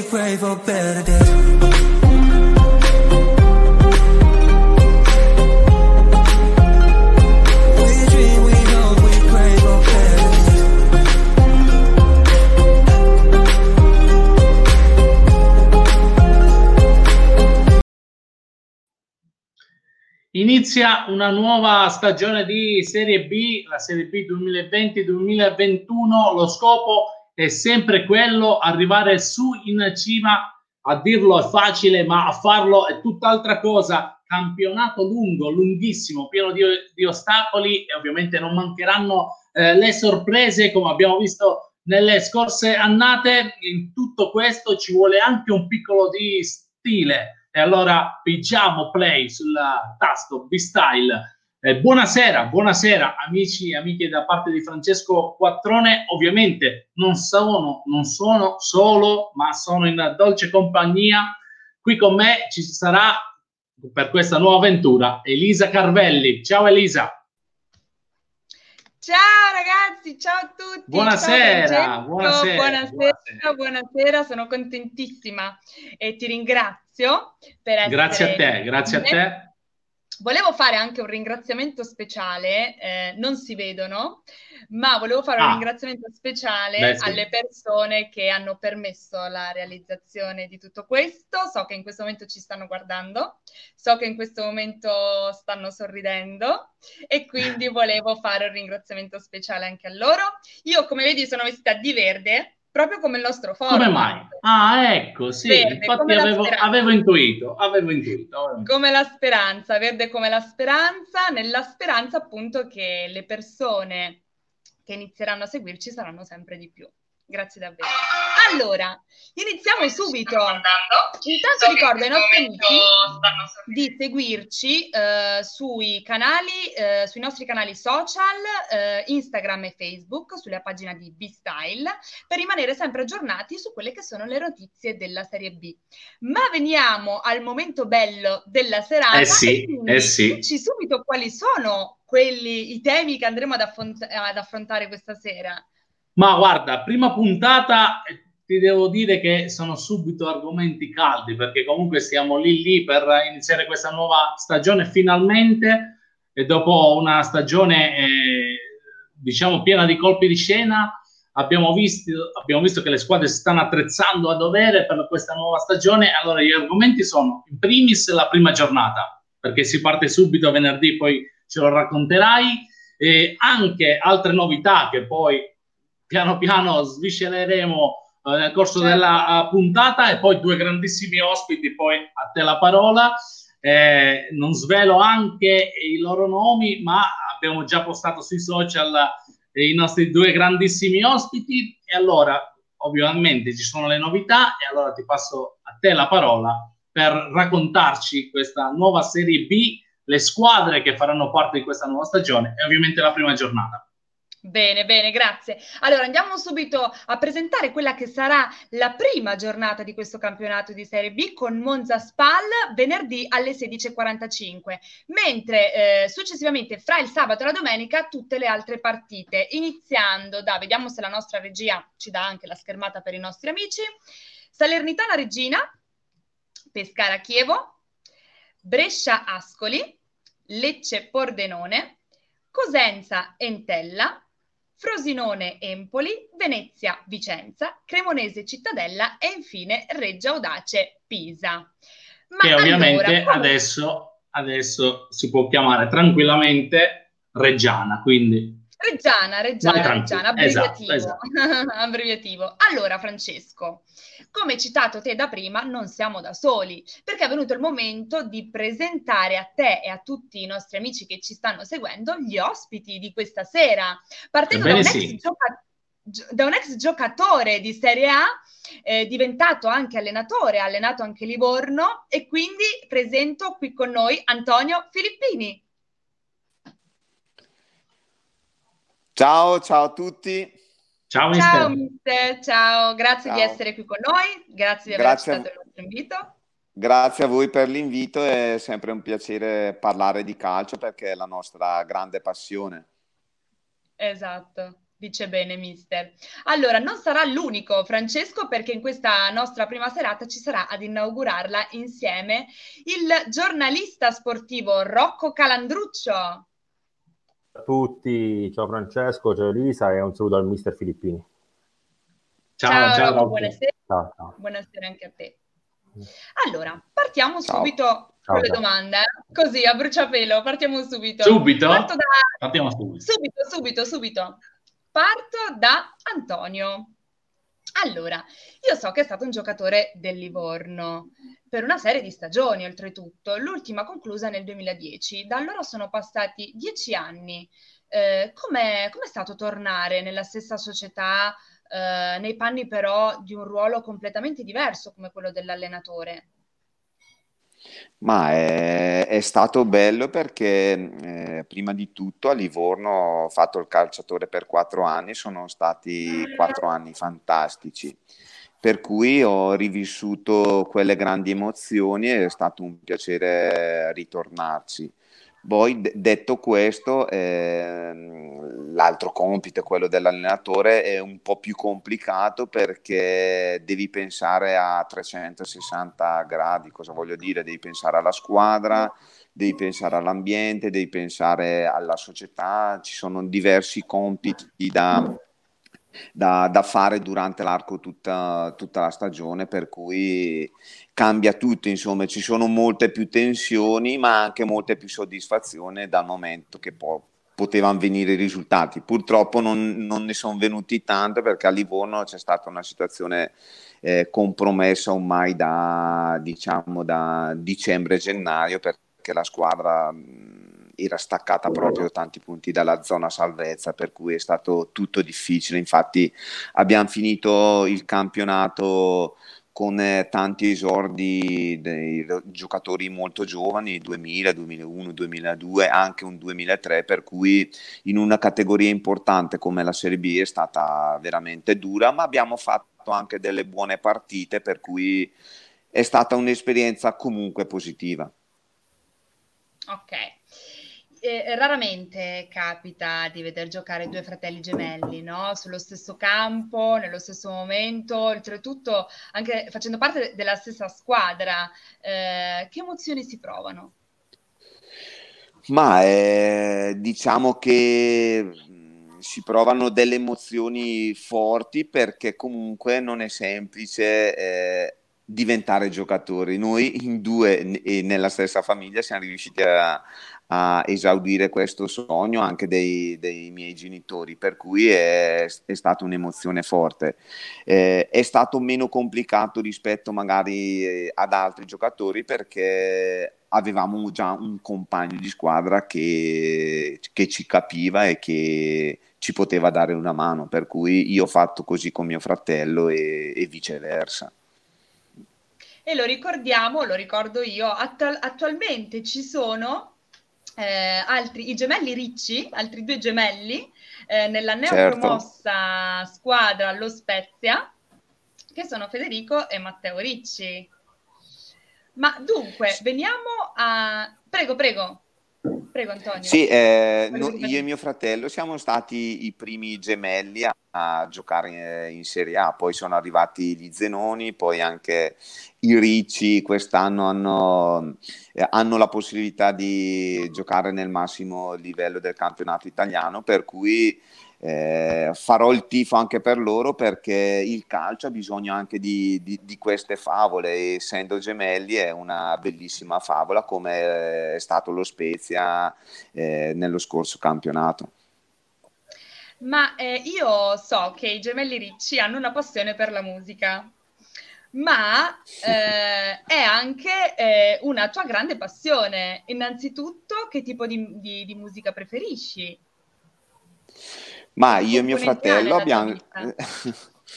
pray for better days. Inizia una nuova stagione di Serie B, la Serie B 2020-2021. Lo scopo è sempre quello, arrivare su in cima. A dirlo è facile, ma a farlo è tutt'altra cosa. Campionato lungo, lunghissimo, pieno di ostacoli, e ovviamente non mancheranno le sorprese, come abbiamo visto nelle scorse annate. In tutto questo ci vuole anche un piccolo di stile. E allora pigiamo play sul tasto B-Style. Buonasera amici e amiche da parte di Francesco Quattrone. Ovviamente non sono solo, ma sono in dolce compagnia. Qui con me ci sarà per questa nuova avventura Elisa Carvelli. Ciao Elisa. Ciao ragazzi, ciao a tutti. Buonasera, ciao buonasera, sono contentissima e ti ringrazio per essere. Grazie a te. Volevo fare anche un ringraziamento speciale, non si vedono, ma volevo fare un ringraziamento speciale alle persone che hanno permesso la realizzazione di tutto questo. So che in questo momento ci stanno guardando, so che in questo momento stanno sorridendo e quindi volevo fare un ringraziamento speciale anche a loro. Io, come vedi, sono vestita di verde, proprio come il nostro format. Come mai? Ah, ecco, sì, verde, infatti avevo intuito. Come la speranza, verde come la speranza, nella speranza appunto che le persone che inizieranno a seguirci saranno sempre di più. Grazie davvero. Allora, iniziamo subito. Intanto ricordo ai nostri amici di seguirci sui nostri canali social, Instagram e Facebook, sulla pagina di B-Style, per rimanere sempre aggiornati su quelle che sono le notizie della Serie B. Ma veniamo al momento bello della serata. Dici subito quali sono i temi che andremo ad affrontare questa sera. Ma guarda, prima puntata ti devo dire che sono subito argomenti caldi, perché comunque siamo lì per iniziare questa nuova stagione finalmente, e dopo una stagione diciamo piena di colpi di scena abbiamo visto che le squadre si stanno attrezzando a dovere per questa nuova stagione. Allora gli argomenti sono in primis la prima giornata, perché si parte subito venerdì, poi ce lo racconterai, e anche altre novità che poi piano piano sviscereremo nel corso della puntata, e poi due grandissimi ospiti. Poi a te la parola. Non svelo anche i loro nomi, ma abbiamo già postato sui social i nostri due grandissimi ospiti, e allora ovviamente ci sono le novità, e allora ti passo a te la parola per raccontarci questa nuova Serie B, le squadre che faranno parte di questa nuova stagione e ovviamente la prima giornata. Bene, grazie. Allora andiamo subito a presentare quella che sarà la prima giornata di questo campionato di Serie B, con Monza Spal venerdì alle 16:45, mentre successivamente fra il sabato e la domenica tutte le altre partite, iniziando vediamo se la nostra regia ci dà anche la schermata per i nostri amici: Salernitana Reggina, Pescara Chievo, Brescia Ascoli, Lecce Pordenone, Cosenza Entella, Frosinone Empoli, Venezia Vicenza, Cremonese Cittadella e infine Reggio Audace Pisa. Che ovviamente adesso si può chiamare tranquillamente Reggiana, quindi Reggiana, abbreviativo. Esatto. Abbreviativo. Allora Francesco, come citato te da prima, non siamo da soli, perché è venuto il momento di presentare a te e a tutti i nostri amici che ci stanno seguendo gli ospiti di questa sera, partendo da un ex giocatore di Serie A, diventato anche allenatore, ha allenato anche Livorno, e quindi presento qui con noi Antonio Filippini. Ciao a tutti. Ciao mister, ciao, grazie di essere qui con noi, grazie di aver accettato il nostro invito. Grazie a voi per l'invito, è sempre un piacere parlare di calcio perché è la nostra grande passione. Esatto. Dice bene, mister. Allora, non sarà l'unico, Francesco, perché in questa nostra prima serata ci sarà ad inaugurarla insieme il giornalista sportivo Rocco Calandruccio. A tutti, ciao Francesco, ciao Elisa e un saluto al mister Filippini. Ciao Rocco, Rocco. buonasera. Ciao. Buonasera anche a te. Allora, partiamo Ciao. subito con le domande, così a bruciapelo, partiamo subito. Subito? Partiamo subito. subito. Parto da Antonio. Allora, io so che è stato un giocatore del Livorno per una serie di stagioni, oltretutto, l'ultima conclusa nel 2010. Da allora sono passati 10 anni. Com'è stato tornare nella stessa società, nei panni però di un ruolo completamente diverso come quello dell'allenatore? Ma è stato bello perché prima di tutto a Livorno ho fatto il calciatore per 4 anni, sono stati 4 anni fantastici, per cui ho rivissuto quelle grandi emozioni e è stato un piacere ritornarci. Poi detto questo, l'altro compito, quello dell'allenatore, è un po' più complicato perché devi pensare a 360 gradi, cosa voglio dire? Devi pensare alla squadra, devi pensare all'ambiente, devi pensare alla società, ci sono diversi compiti da fare durante l'arco tutta la stagione, per cui cambia tutto, insomma, ci sono molte più tensioni, ma anche molte più soddisfazioni dal momento che potevano venire i risultati. Purtroppo non ne sono venuti tanto perché a Livorno c'è stata una situazione compromessa ormai da dicembre-gennaio, perché la squadra era staccata proprio tanti punti dalla zona salvezza, per cui è stato tutto difficile. Infatti abbiamo finito il campionato con tanti esordi dei giocatori molto giovani, 2000, 2001, 2002, anche un 2003, per cui in una categoria importante come la Serie B è stata veramente dura, ma abbiamo fatto anche delle buone partite, per cui è stata un'esperienza comunque positiva. Ok. Raramente capita di veder giocare due fratelli gemelli, no? Sullo stesso campo, nello stesso momento, oltretutto anche facendo parte della stessa squadra. Che emozioni si provano? Ma diciamo che si provano delle emozioni forti perché comunque non è semplice diventare giocatori. Noi in due e nella stessa famiglia siamo riusciti a esaudire questo sogno anche dei miei genitori, per cui è stata un'emozione forte. È stato meno complicato rispetto magari ad altri giocatori perché avevamo già un compagno di squadra che ci capiva e che ci poteva dare una mano, per cui io ho fatto così con mio fratello e viceversa. E lo ricordo io, attualmente ci sono i gemelli Ricci, altri due gemelli, nella neopromossa squadra allo Spezia, che sono Federico e Matteo Ricci. Ma dunque, veniamo a... Prego Antonio. Sì, io e mio fratello siamo stati i primi gemelli a giocare in Serie A, poi sono arrivati gli Zenoni, poi anche i Ricci quest'anno hanno la possibilità di giocare nel massimo livello del campionato italiano, per cui farò il tifo anche per loro, perché il calcio ha bisogno anche di queste favole, e essendo gemelli è una bellissima favola come è stato lo Spezia nello scorso campionato. Ma io so che i gemelli Ricci hanno una passione per la musica, ma è anche una tua grande passione. Innanzitutto, che tipo di musica preferisci? Ma io e mio fratello abbiamo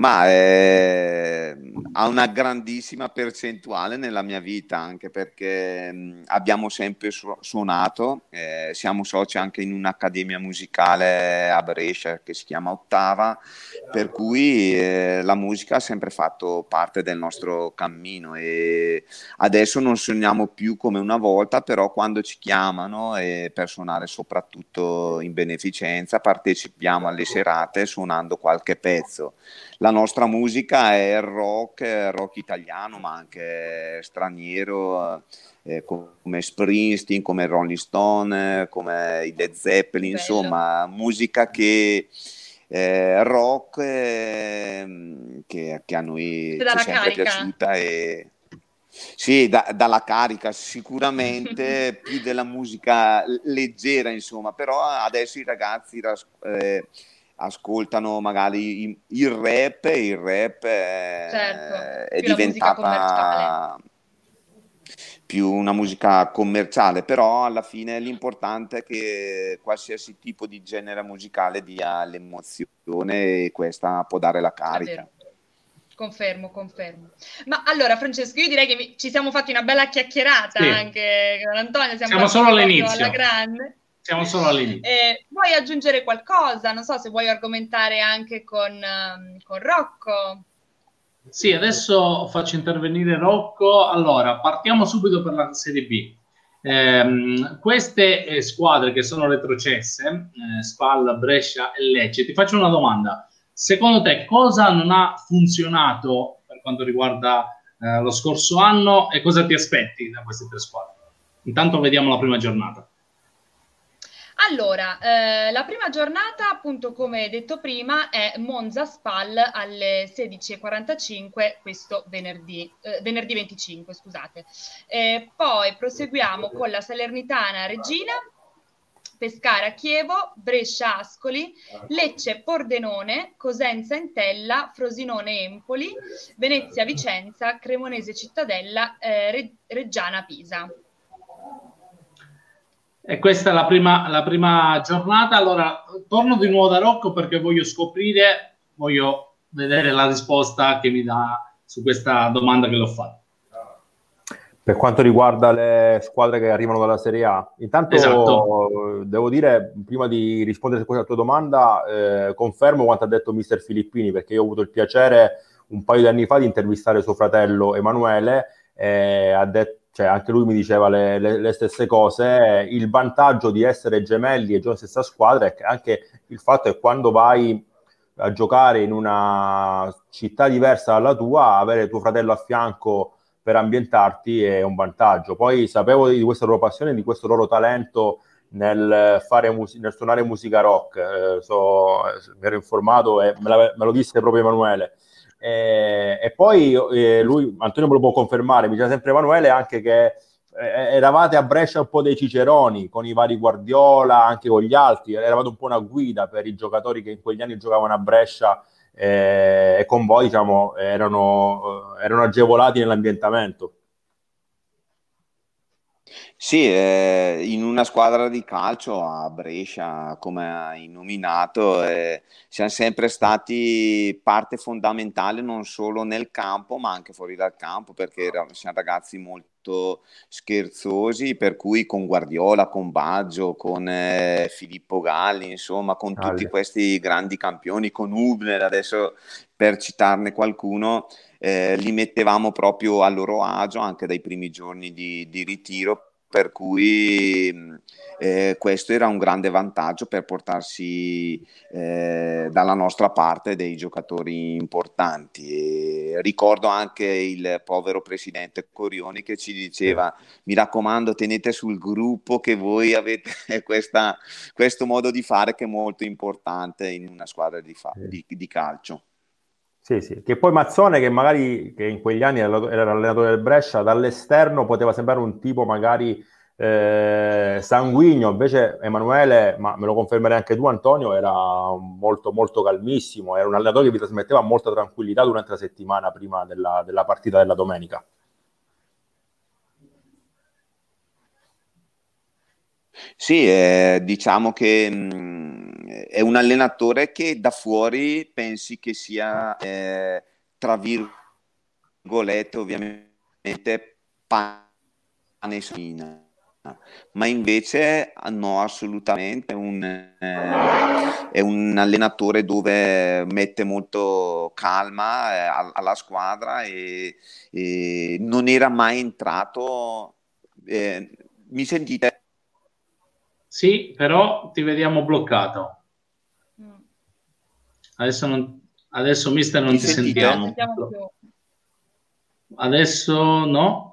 Ma ha una grandissima percentuale nella mia vita, anche perché abbiamo sempre suonato, siamo soci anche in un'accademia musicale a Brescia che si chiama Ottava, per cui la musica ha sempre fatto parte del nostro cammino e adesso non suoniamo più come una volta, però quando ci chiamano per suonare soprattutto in beneficenza partecipiamo alle serate suonando qualche pezzo. La nostra musica è il rock italiano, ma anche straniero, come Springsteen, come Rolling Stone, come i Led Zeppelin, Bello. insomma, musica che rock che a noi ci è sempre piaciuta e sì, dalla carica sicuramente più della musica leggera, insomma, però adesso i ragazzi ascoltano magari il rap e il rap Certo, è più la musica commerciale. diventata più una musica commerciale, però alla fine l'importante è che qualsiasi tipo di genere musicale dia l'emozione e questa può dare la È carica. vero. Confermo. Ma allora, Francesco, io direi che ci siamo fatti una bella chiacchierata Sì. anche con Antonio. Siamo solo all'inizio. Alla grande. Siamo solo all'inizio. Vuoi aggiungere qualcosa? Non so se vuoi argomentare anche con Rocco. Sì, adesso faccio intervenire Rocco. Allora, partiamo subito per la Serie B. Queste squadre che sono retrocesse, Spal, Brescia e Lecce, ti faccio una domanda. Secondo te cosa non ha funzionato per quanto riguarda lo scorso anno e cosa ti aspetti da queste tre squadre? Intanto vediamo la prima giornata. Allora, la prima giornata, appunto, come detto prima, è Monza-Spal alle 16:45 questo venerdì 25, scusate. Poi proseguiamo con la Salernitana-Reggina, Pescara-Chievo, Brescia-Ascoli, Lecce-Pordenone, Cosenza-Entella, Frosinone-Empoli, Venezia-Vicenza, Cremonese-Cittadella, Reggiana-Pisa. E questa è la prima giornata. Allora, torno di nuovo da Rocco perché voglio vedere la risposta che mi dà su questa domanda che l'ho fatta. Per quanto riguarda le squadre che arrivano dalla Serie A, intanto esatto. Devo dire, prima di rispondere a questa tua domanda, confermo quanto ha detto mister Filippini, perché io ho avuto il piacere un paio di anni fa di intervistare suo fratello Emanuele, ha detto, cioè, anche lui mi diceva le stesse cose. Il vantaggio di essere gemelli e giocare nella stessa squadra è che anche il fatto è quando vai a giocare in una città diversa dalla tua, avere tuo fratello a fianco per ambientarti è un vantaggio. Poi sapevo di questa loro passione, di questo loro talento nel suonare musica rock, mi ero informato e me lo disse proprio Emanuele. E poi Antonio me lo può confermare, mi diceva sempre Emanuele anche che eravate a Brescia un po' dei ciceroni con i vari Guardiola, anche con gli altri, eravate un po' una guida per i giocatori che in quegli anni giocavano a Brescia e con voi, diciamo, erano agevolati nell'ambientamento. Sì, in una squadra di calcio a Brescia, come hai nominato, siamo sempre stati parte fondamentale non solo nel campo, ma anche fuori dal campo, perché siamo ragazzi molto scherzosi, per cui con Guardiola, con Baggio, con Filippo Galli, insomma, con tutti questi grandi campioni, con Hübner, adesso per citarne qualcuno, li mettevamo proprio a loro agio anche dai primi giorni di ritiro, per cui questo era un grande vantaggio per portarsi dalla nostra parte dei giocatori importanti. E ricordo anche il povero presidente Corioni che ci diceva: mi raccomando, tenete sul gruppo che voi avete questo modo di fare che è molto importante in una squadra di calcio. Sì, che poi Mazzone, che magari che in quegli anni era l'allenatore del Brescia, dall'esterno poteva sembrare un tipo magari sanguigno, invece Emanuele, ma me lo confermerai anche tu Antonio, era molto molto calmissimo, era un allenatore che vi trasmetteva molta tranquillità durante la settimana prima della partita della domenica. Sì, diciamo che è un allenatore che da fuori pensi che sia, tra virgolette, ovviamente, pane e spina. Ma invece no, assolutamente è un allenatore dove mette molto calma alla squadra e non era mai entrato. Mi sentite? Sì, però ti vediamo bloccato. Adesso mister non Mi ti sentite? sentiamo. Sentiamo più. Adesso no.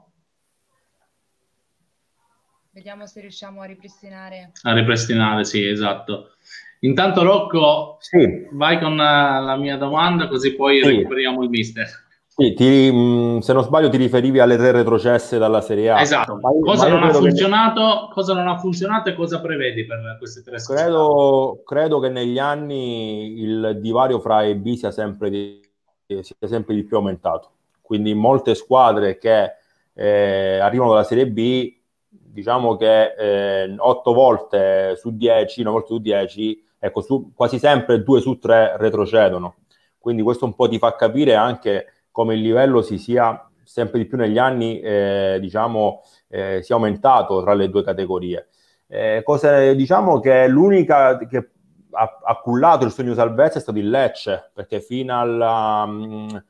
Vediamo se riusciamo a ripristinare. A ripristinare, sì, esatto. Intanto Rocco, Sì. vai con la mia domanda, così poi Sì. recuperiamo il mister. Sì, se non sbaglio ti riferivi alle 3 retrocesse dalla Serie A. Esatto. Ma Cosa io non ha credo funzionato, cosa non ha funzionato e cosa prevedi per queste 3 società? credo che negli anni il divario fra A e B sia sempre di più aumentato. Quindi molte squadre che arrivano dalla Serie B, diciamo che 8 volte su 10, 9 volte su 10, ecco, quasi sempre 2 su 3 retrocedono. Quindi questo un po' ti fa capire anche come il livello si sia sempre di più negli anni, sia aumentato tra le due categorie. Diciamo che l'unica che ha cullato il sogno salvezza è stato il Lecce, perché fino al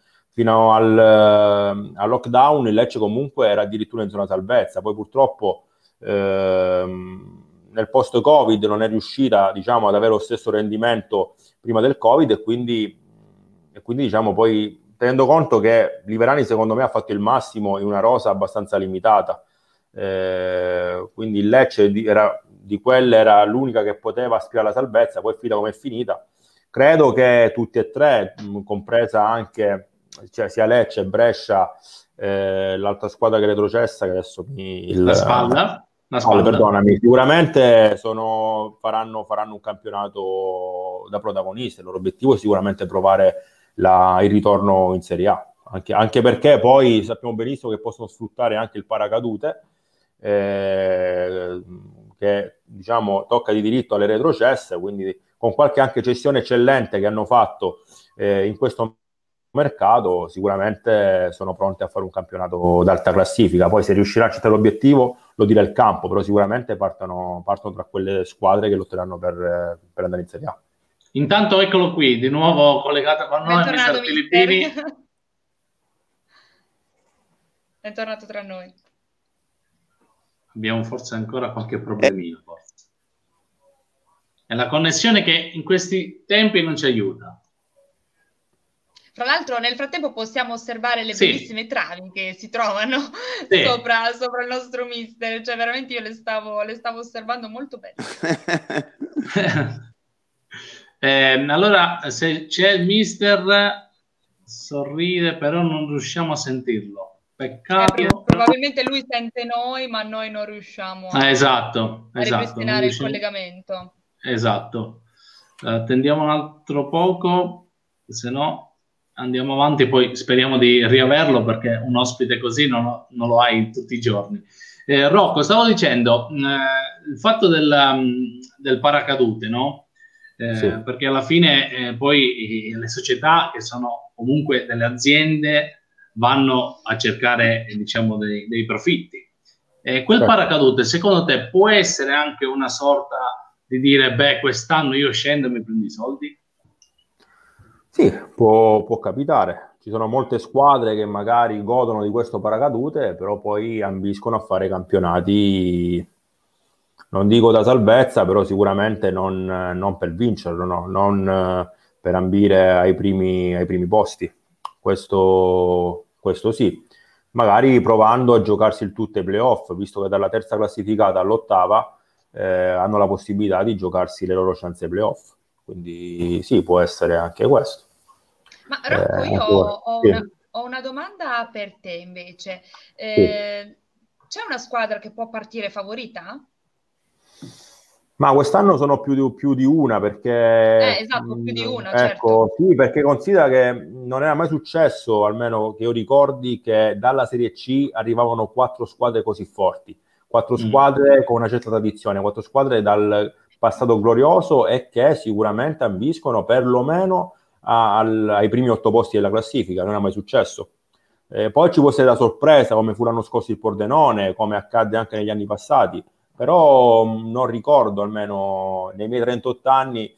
lockdown il Lecce comunque era addirittura in zona salvezza. Poi purtroppo nel post-Covid non è riuscita, diciamo, ad avere lo stesso rendimento prima del Covid e quindi diciamo, poi tenendo conto che Liverani secondo me ha fatto il massimo in una rosa abbastanza limitata, quindi il Lecce di quelle era l'unica che poteva aspirare alla salvezza. Poi finita come è finita, credo che tutti e tre, compresa anche, cioè, sia Lecce, Brescia, l'altra squadra che è retrocessa, che adesso La Spalla. Perdonami, sicuramente faranno un campionato da protagonista. Il loro obiettivo è sicuramente provare il ritorno in Serie A, anche perché poi sappiamo benissimo che possono sfruttare anche il paracadute, che diciamo tocca di diritto alle retrocesse, quindi con qualche anche cessione eccellente che hanno fatto in questo mercato, sicuramente sono pronti a fare un campionato d'alta classifica. Poi se riuscirà a accettare l'obiettivo lo dirà il campo, però sicuramente partono tra quelle squadre che lotteranno per andare in Serie A. Intanto eccolo qui, di nuovo collegato con noi, mister Filippini. È tornato tra noi. Abbiamo forse ancora qualche problemino, forse. È la connessione che in questi tempi non ci aiuta. Tra l'altro nel frattempo possiamo osservare le bellissime travi che si trovano sopra il nostro mister, cioè veramente io le stavo osservando molto belle. Allora, se c'è il mister, sorride, però non riusciamo a sentirlo. Peccato. Probabilmente lui sente noi, ma noi non riusciamo a ripristinare il collegamento. Esatto. Attendiamo un altro poco, se no andiamo avanti, poi speriamo di riaverlo, perché un ospite così non lo hai tutti i giorni. Rocco, stavo dicendo, il fatto del paracadute, no? Sì. Perché alla fine poi le società, che sono comunque delle aziende, vanno a cercare, diciamo, dei profitti. Quel paracadute, secondo te, può essere anche una sorta di dire, beh, quest'anno io scendo e mi prendo i soldi? Sì, può capitare. Ci sono molte squadre che magari godono di questo paracadute, però poi ambiscono a fare campionati, non dico da salvezza, però sicuramente non per vincerlo, no? Non per ambire ai primi posti. Questo sì. Magari provando a giocarsi il tutto ai playoff, visto che dalla terza classificata all'8ª hanno la possibilità di giocarsi le loro chance ai playoff. Quindi sì, può essere anche questo. Ma Rocco, io ho una domanda per te invece. C'è una squadra che può partire favorita? Ma quest'anno sono più di una, perché esatto, più di una, ecco, certo. Sì, perché considera che non era mai successo, almeno che io ricordi, che dalla Serie C arrivavano 4 squadre così forti, 4 squadre con una certa tradizione, 4 squadre passato glorioso e che sicuramente ambiscono perlomeno ai primi 8 posti della classifica, non è mai successo. Poi ci può essere la sorpresa, come fu l'anno scorso il Pordenone, come accadde anche negli anni passati, però non ricordo, almeno nei miei 38 anni,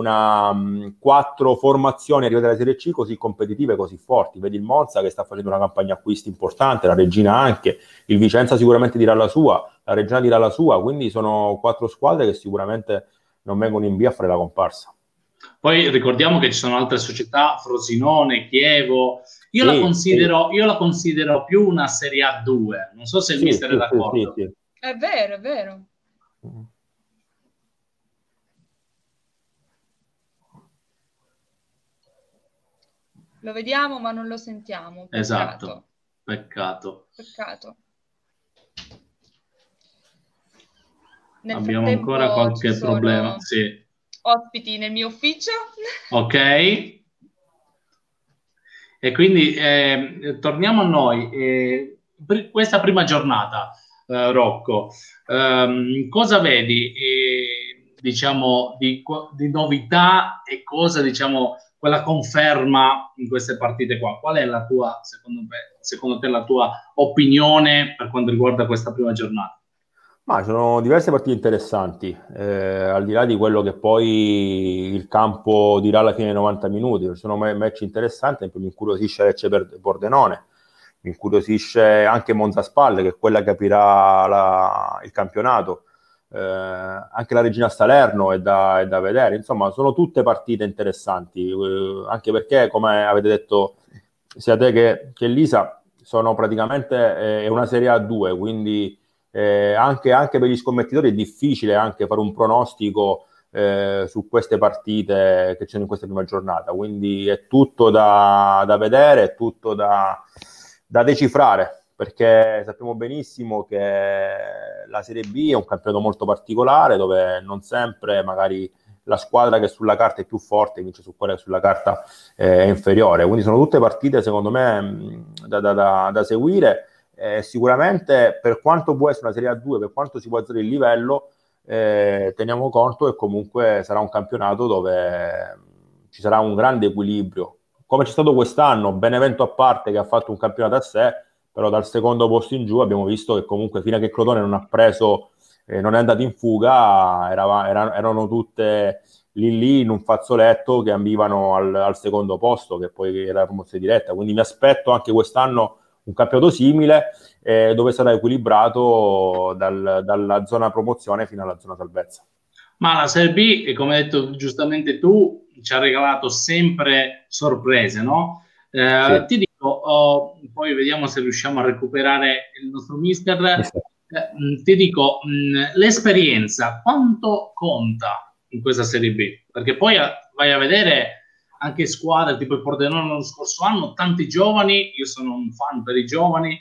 4 formazioni arrivate alla Serie C così competitive, così forti. Vedi il Monza che sta facendo una campagna acquisti importante, la Regina anche, il Vicenza sicuramente dirà la sua, la Reggiana dirà la sua, quindi sono 4 squadre che sicuramente non vengono in via a fare la comparsa. Poi ricordiamo che ci sono altre società, Frosinone, Chievo. Io la considero più una Serie A2. Non so se il mister è d'accordo. Sì. È vero, è vero. Lo vediamo ma non lo sentiamo. Peccato. Esatto, peccato. Abbiamo ancora qualche problema. Sì. Ospiti nel mio ufficio. Ok. E quindi torniamo a noi. Questa prima giornata, Rocco, cosa vedi, diciamo, di novità e cosa, diciamo, quella conferma in queste partite qua? Qual è la tua, secondo te, la tua opinione per quanto riguarda questa prima giornata? Ma ci sono diverse partite interessanti, al di là di quello che poi il campo dirà alla fine dei 90 minuti. Ci sono match interessanti, mi incuriosisce Lecce per Pordenone, mi incuriosisce anche Monza Spalle, che è quella che aprirà il campionato, anche la Regina Salerno è da vedere. Insomma, sono tutte partite interessanti, anche perché, come avete detto sia te che Lisa, sono praticamente è una Serie A2, quindi anche per gli scommettitori è difficile anche fare un pronostico su queste partite che c'è in questa prima giornata, quindi è tutto da vedere, è tutto da decifrare, perché sappiamo benissimo che la Serie B è un campionato molto particolare, dove non sempre magari la squadra che sulla carta è più forte vince su quella che sulla carta è inferiore, quindi sono tutte partite secondo me da seguire. Sicuramente, per quanto può essere una Serie A2, per quanto si può alzare il livello, teniamo conto che comunque sarà un campionato dove ci sarà un grande equilibrio, come c'è stato quest'anno, Benevento a parte che ha fatto un campionato a sé, però dal secondo posto in giù abbiamo visto che comunque fino a che Crotone non ha preso, non è andato in fuga, erano tutte lì in un fazzoletto che ambivano al secondo posto, che poi era la promozione diretta. Quindi mi aspetto anche quest'anno un campionato simile, dove sarà equilibrato dalla zona promozione fino alla zona salvezza. Ma la Serie B, come hai detto giustamente tu, ci ha regalato sempre sorprese, no? Sì. Ti dico, poi vediamo se riusciamo a recuperare il nostro mister. Ti dico, l'esperienza quanto conta in questa Serie B? Perché poi vai a vedere anche squadre tipo il Pordenone l'anno scorso anno, tanti giovani, io sono un fan per i giovani,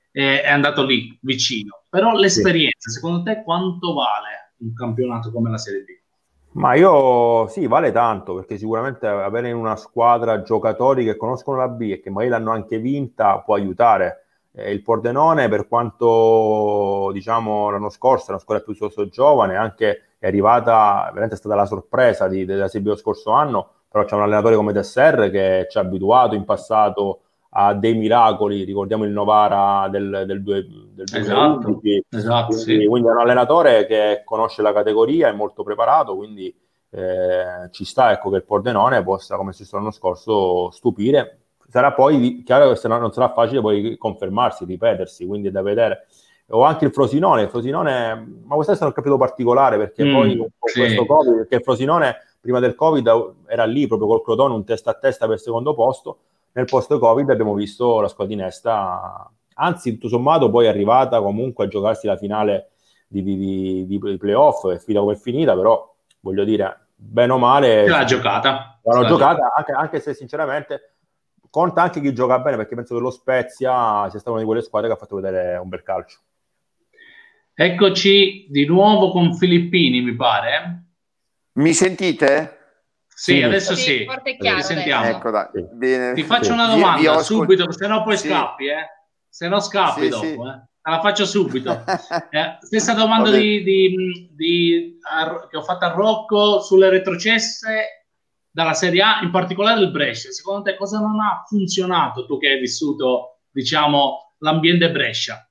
è andato lì vicino, però l'esperienza, secondo te quanto vale un campionato come la Serie B? Ma sì, vale tanto, perché sicuramente avere in una squadra giocatori che conoscono la B e che magari l'hanno anche vinta può aiutare. Il Pordenone, per quanto diciamo l'anno scorso era una squadra piuttosto giovane, anche è arrivata, veramente è stata la sorpresa della Serie B lo scorso anno, però c'è un allenatore come Tesser che ci ha abituato in passato a dei miracoli, ricordiamo il Novara del 2011, esatto, quindi è un allenatore che conosce la categoria, è molto preparato, quindi ci sta, ecco, che il Pordenone possa, come si l'anno scorso, stupire. Sarà poi chiaro che non sarà facile poi confermarsi, ripetersi, quindi è da vedere. O anche il Frosinone, ma questo è un capitolo particolare, perché poi con questo Covid, perché il Frosinone prima del Covid era lì proprio col Crotone, un testa a testa per il secondo posto. Nel post-Covid abbiamo visto la squadrinesta, anzi tutto sommato poi è arrivata comunque a giocarsi la finale di playoff, è finita come è finita, però voglio dire, bene o male l'ha giocata, anche se sinceramente conta anche chi gioca bene, perché penso che lo Spezia sia stata una di quelle squadre che ha fatto vedere un bel calcio. Eccoci di nuovo con Filippini, mi pare. Mi sentite? Sì, adesso sì. Forte e chiaro, sentiamo. Ecco, dai. Bene. Ti faccio una domanda subito, se no poi scappi, Se no scappi dopo. la faccio subito. Stessa domanda che ho fatto a Rocco sulle retrocesse dalla Serie A, in particolare il Brescia. Secondo te cosa non ha funzionato, tu che hai vissuto, diciamo, l'ambiente Brescia?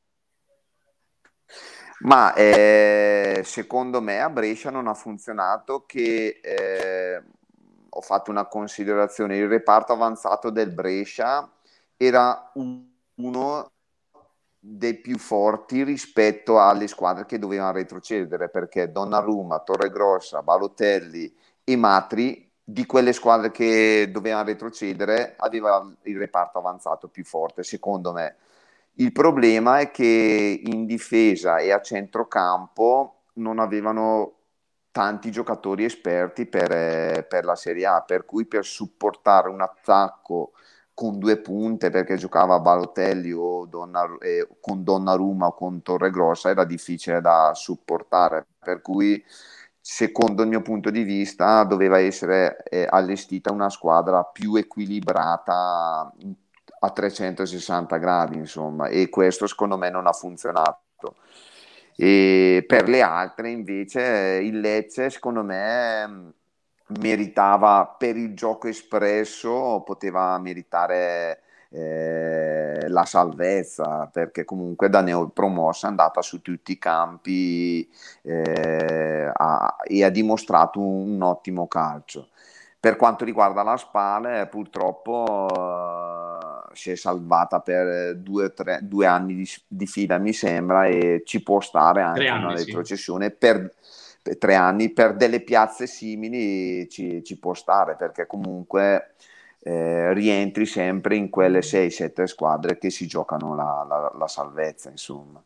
Ma secondo me a Brescia non ha funzionato che ho fatto una considerazione, il reparto avanzato del Brescia era uno dei più forti rispetto alle squadre che dovevano retrocedere, perché Donnarumma, Torregrossa, Balotelli e Matri, di quelle squadre che dovevano retrocedere, aveva il reparto avanzato più forte, secondo me. Il problema è che in difesa e a centrocampo non avevano tanti giocatori esperti per la Serie A, per cui per supportare un attacco con due punte, perché giocava Balotelli o con Donnarumma o con Torregrossa, era difficile da supportare, per cui secondo il mio punto di vista doveva essere allestita una squadra più equilibrata a 360 gradi, insomma, e questo secondo me non ha funzionato. E per le altre invece il Lecce secondo me meritava, per il gioco espresso poteva meritare la salvezza, perché comunque da neopromossa è andata su tutti i campi e ha dimostrato un ottimo calcio. Per quanto riguarda la Spal, purtroppo si è salvata per 2 anni di fila, mi sembra, e ci può stare anche 3 anni, una sì. retrocessione per 3 anni. Per delle piazze simili ci può stare, perché comunque rientri sempre in quelle 6-7 squadre che si giocano la salvezza, insomma.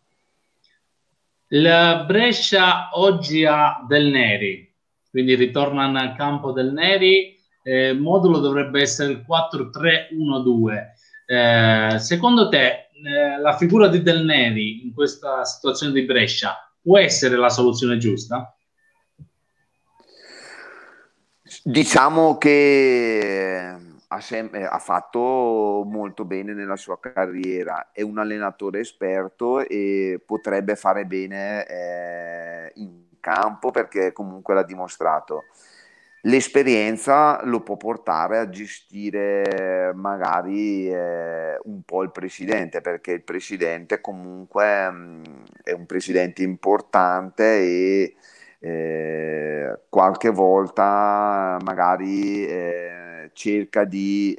Il Brescia oggi ha Del Neri, quindi ritorna nel campo Del Neri. Modulo dovrebbe essere il 4-3-1-2. Secondo te la figura di Del Neri in questa situazione di Brescia può essere la soluzione giusta? Diciamo che ha fatto molto bene nella sua carriera, è un allenatore esperto e potrebbe fare bene in campo, perché comunque l'ha dimostrato. L'esperienza lo può portare a gestire magari un po' il presidente, perché il presidente comunque è un presidente importante e qualche volta magari cerca di,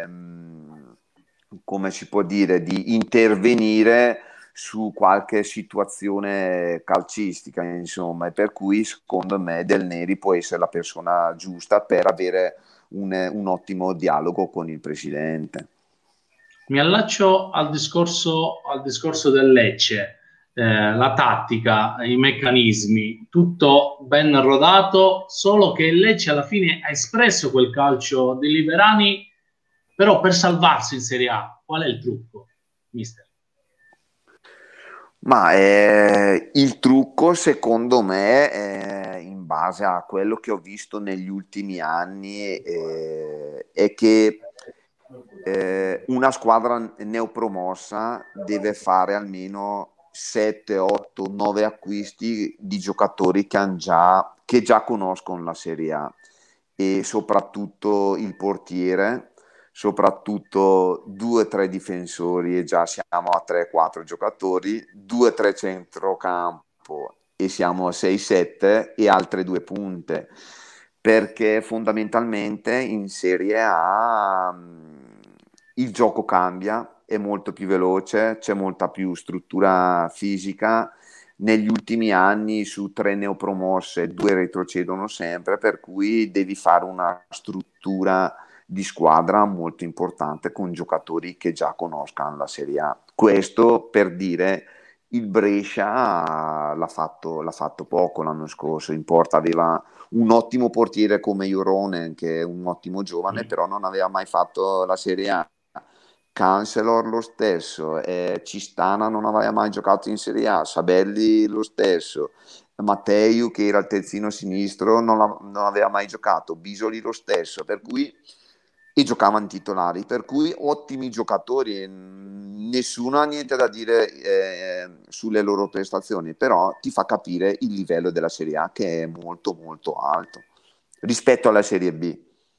come si può dire, di intervenire su qualche situazione calcistica, insomma, e per cui secondo me Del Neri può essere la persona giusta per avere un ottimo dialogo con il presidente. Mi allaccio al discorso del Lecce, la tattica, i meccanismi, tutto ben rodato, solo che il Lecce alla fine ha espresso quel calcio di Liverani, però per salvarsi in Serie A, qual è il trucco, mister? Ma il trucco, secondo me, in base a quello che ho visto negli ultimi anni, è che una squadra neopromossa deve fare almeno 7, 8, 9 acquisti di giocatori che già conoscono la Serie A, e soprattutto il portiere, soprattutto 2-3 difensori, e già siamo a 3-4 giocatori, 2-3 centrocampo e siamo a 6-7, e altre 2 punte, perché fondamentalmente in Serie A il gioco cambia, è molto più veloce, c'è molta più struttura fisica. Negli ultimi anni su 3 neopromosse 2 retrocedono sempre, per cui devi fare una struttura di squadra molto importante con giocatori che già conoscano la Serie A. Questo per dire, il Brescia l'ha fatto poco l'anno scorso. In porta aveva un ottimo portiere come Joronen, che è un ottimo giovane, però non aveva mai fatto la Serie A. Chancellor lo stesso, Cistana non aveva mai giocato in Serie A, Sabelli lo stesso, Matteu, che era il terzino sinistro, non aveva mai giocato, Bisoli lo stesso, per cui e giocavano titolari, per cui ottimi giocatori, nessuno ha niente da dire sulle loro prestazioni, però ti fa capire il livello della Serie A che è molto molto alto rispetto alla Serie B.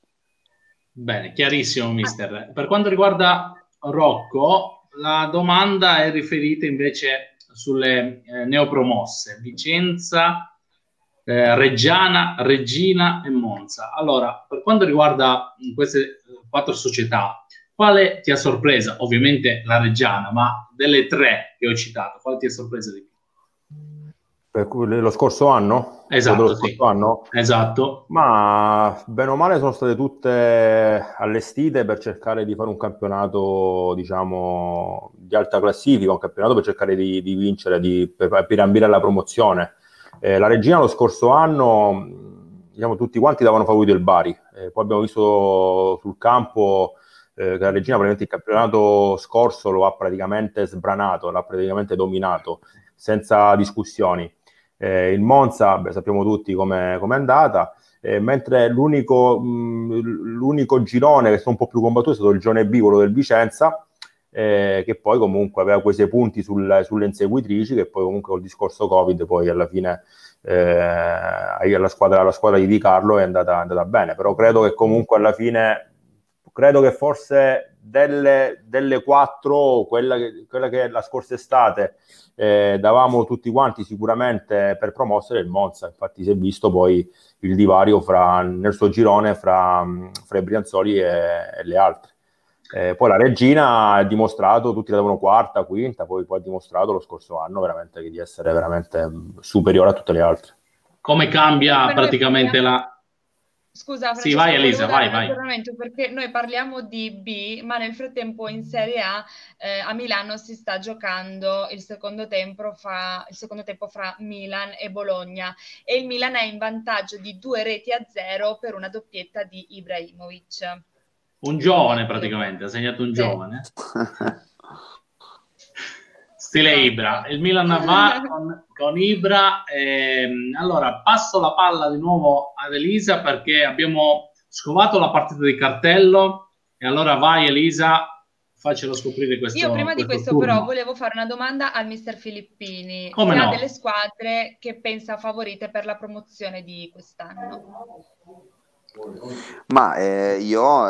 Bene, chiarissimo, mister. Per quanto riguarda Rocco, la domanda è riferita invece sulle neopromosse, Vicenza, Reggiana, Reggina e Monza. Allora, per quanto riguarda queste 4 società, quale ti ha sorpresa? Ovviamente la Reggiana, ma delle 3 che ho citato, quale ti ha sorpresa di più? Per cui lo scorso anno? Esatto, Lo scorso anno? Esatto. Ma bene o male sono state tutte allestite per cercare di fare un campionato, diciamo, di alta classifica, un campionato per cercare di vincere, per ambire alla promozione. La Regina lo scorso anno, diciamo, tutti quanti davano favorito il Bari. Poi abbiamo visto sul campo che la Regina probabilmente il campionato scorso lo ha praticamente sbranato, l'ha praticamente dominato, senza discussioni. Il Monza, sappiamo tutti com'è andata, mentre l'unico girone che è stato un po' più combattuto è stato il girone B, quello del Vicenza, che poi comunque aveva quei 6 punti sulle inseguitrici, che poi comunque col discorso Covid poi alla fine alla squadra di Di Carlo è andata bene, però credo che comunque alla fine, credo che forse delle 4, quella che la scorsa estate davamo tutti quanti sicuramente per promossa il Monza. Infatti si è visto poi il divario nel suo girone fra i Brianzoli e le altre. Poi la Regina ha dimostrato, tutti la davano quarta, quinta, poi ha dimostrato lo scorso anno veramente di essere veramente superiore a tutte le altre. Come cambia praticamente la... Scusa, Francesco, sì, vai Elisa, vai. Perché noi parliamo di B, ma nel frattempo in Serie A a Milano si sta giocando il secondo tempo fra Milan e Bologna, e il Milan è in vantaggio di 2-0 per una doppietta di Ibrahimovic. Un giovane praticamente, ha segnato un giovane. Stile Ibra. Il Milan va con Ibra. Allora, passo la palla di nuovo ad Elisa perché abbiamo scovato la partita di cartello. E allora vai Elisa, faccelo scoprire questo. Io prima di questo turno. però volevo fare una domanda al mister Filippini. Come se no? ha delle squadre che pensa favorite per la promozione di quest'anno. Ma io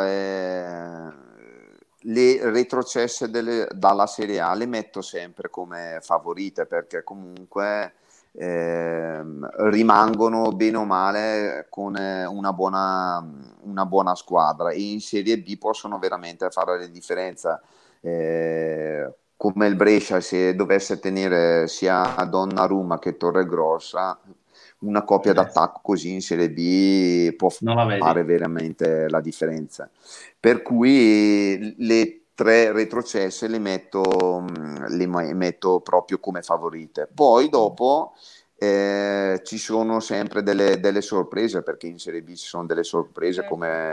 le retrocesse dalla Serie A le metto sempre come favorite, perché comunque rimangono bene o male con una buona squadra, e in Serie B possono veramente fare la differenza, come il Brescia, se dovesse tenere sia Donnarumma che Torregrossa, una coppia d'attacco così in Serie B può fare veramente la differenza. Per cui le 3 retrocesse le metto proprio come favorite. Poi dopo ci sono sempre delle sorprese, perché in Serie B ci sono delle sorprese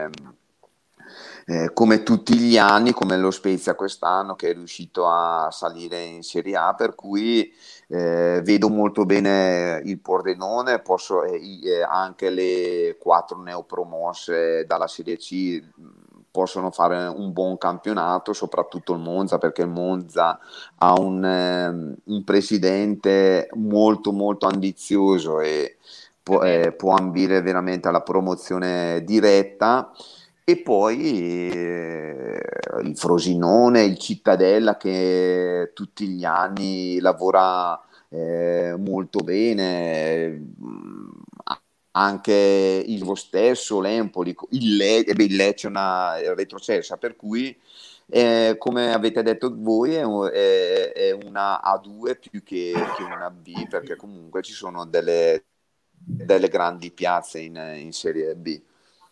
come tutti gli anni, come lo Spezia quest'anno che è riuscito a salire in Serie A, per cui vedo molto bene il Pordenone, anche le 4 neopromosse dalla Serie C possono fare un buon campionato, soprattutto il Monza, perché il Monza ha un presidente molto molto ambizioso e può ambire veramente alla promozione diretta. E poi il Frosinone, il Cittadella, che tutti gli anni lavora molto bene, anche il stesso, l'Empoli, il Lecce è una retrocessa, per cui come avete detto voi è una A2 più che una B, perché comunque ci sono delle grandi piazze in Serie B.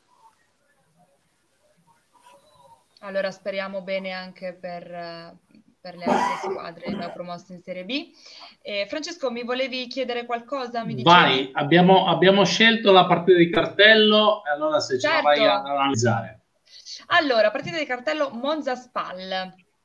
Allora speriamo bene anche per le altre squadre neopromosse in Serie B. Francesco, mi volevi chiedere qualcosa? Vai, abbiamo scelto la partita di cartello, e allora se ce la vai ad analizzare. Allora, partita di cartello Monza-Spal.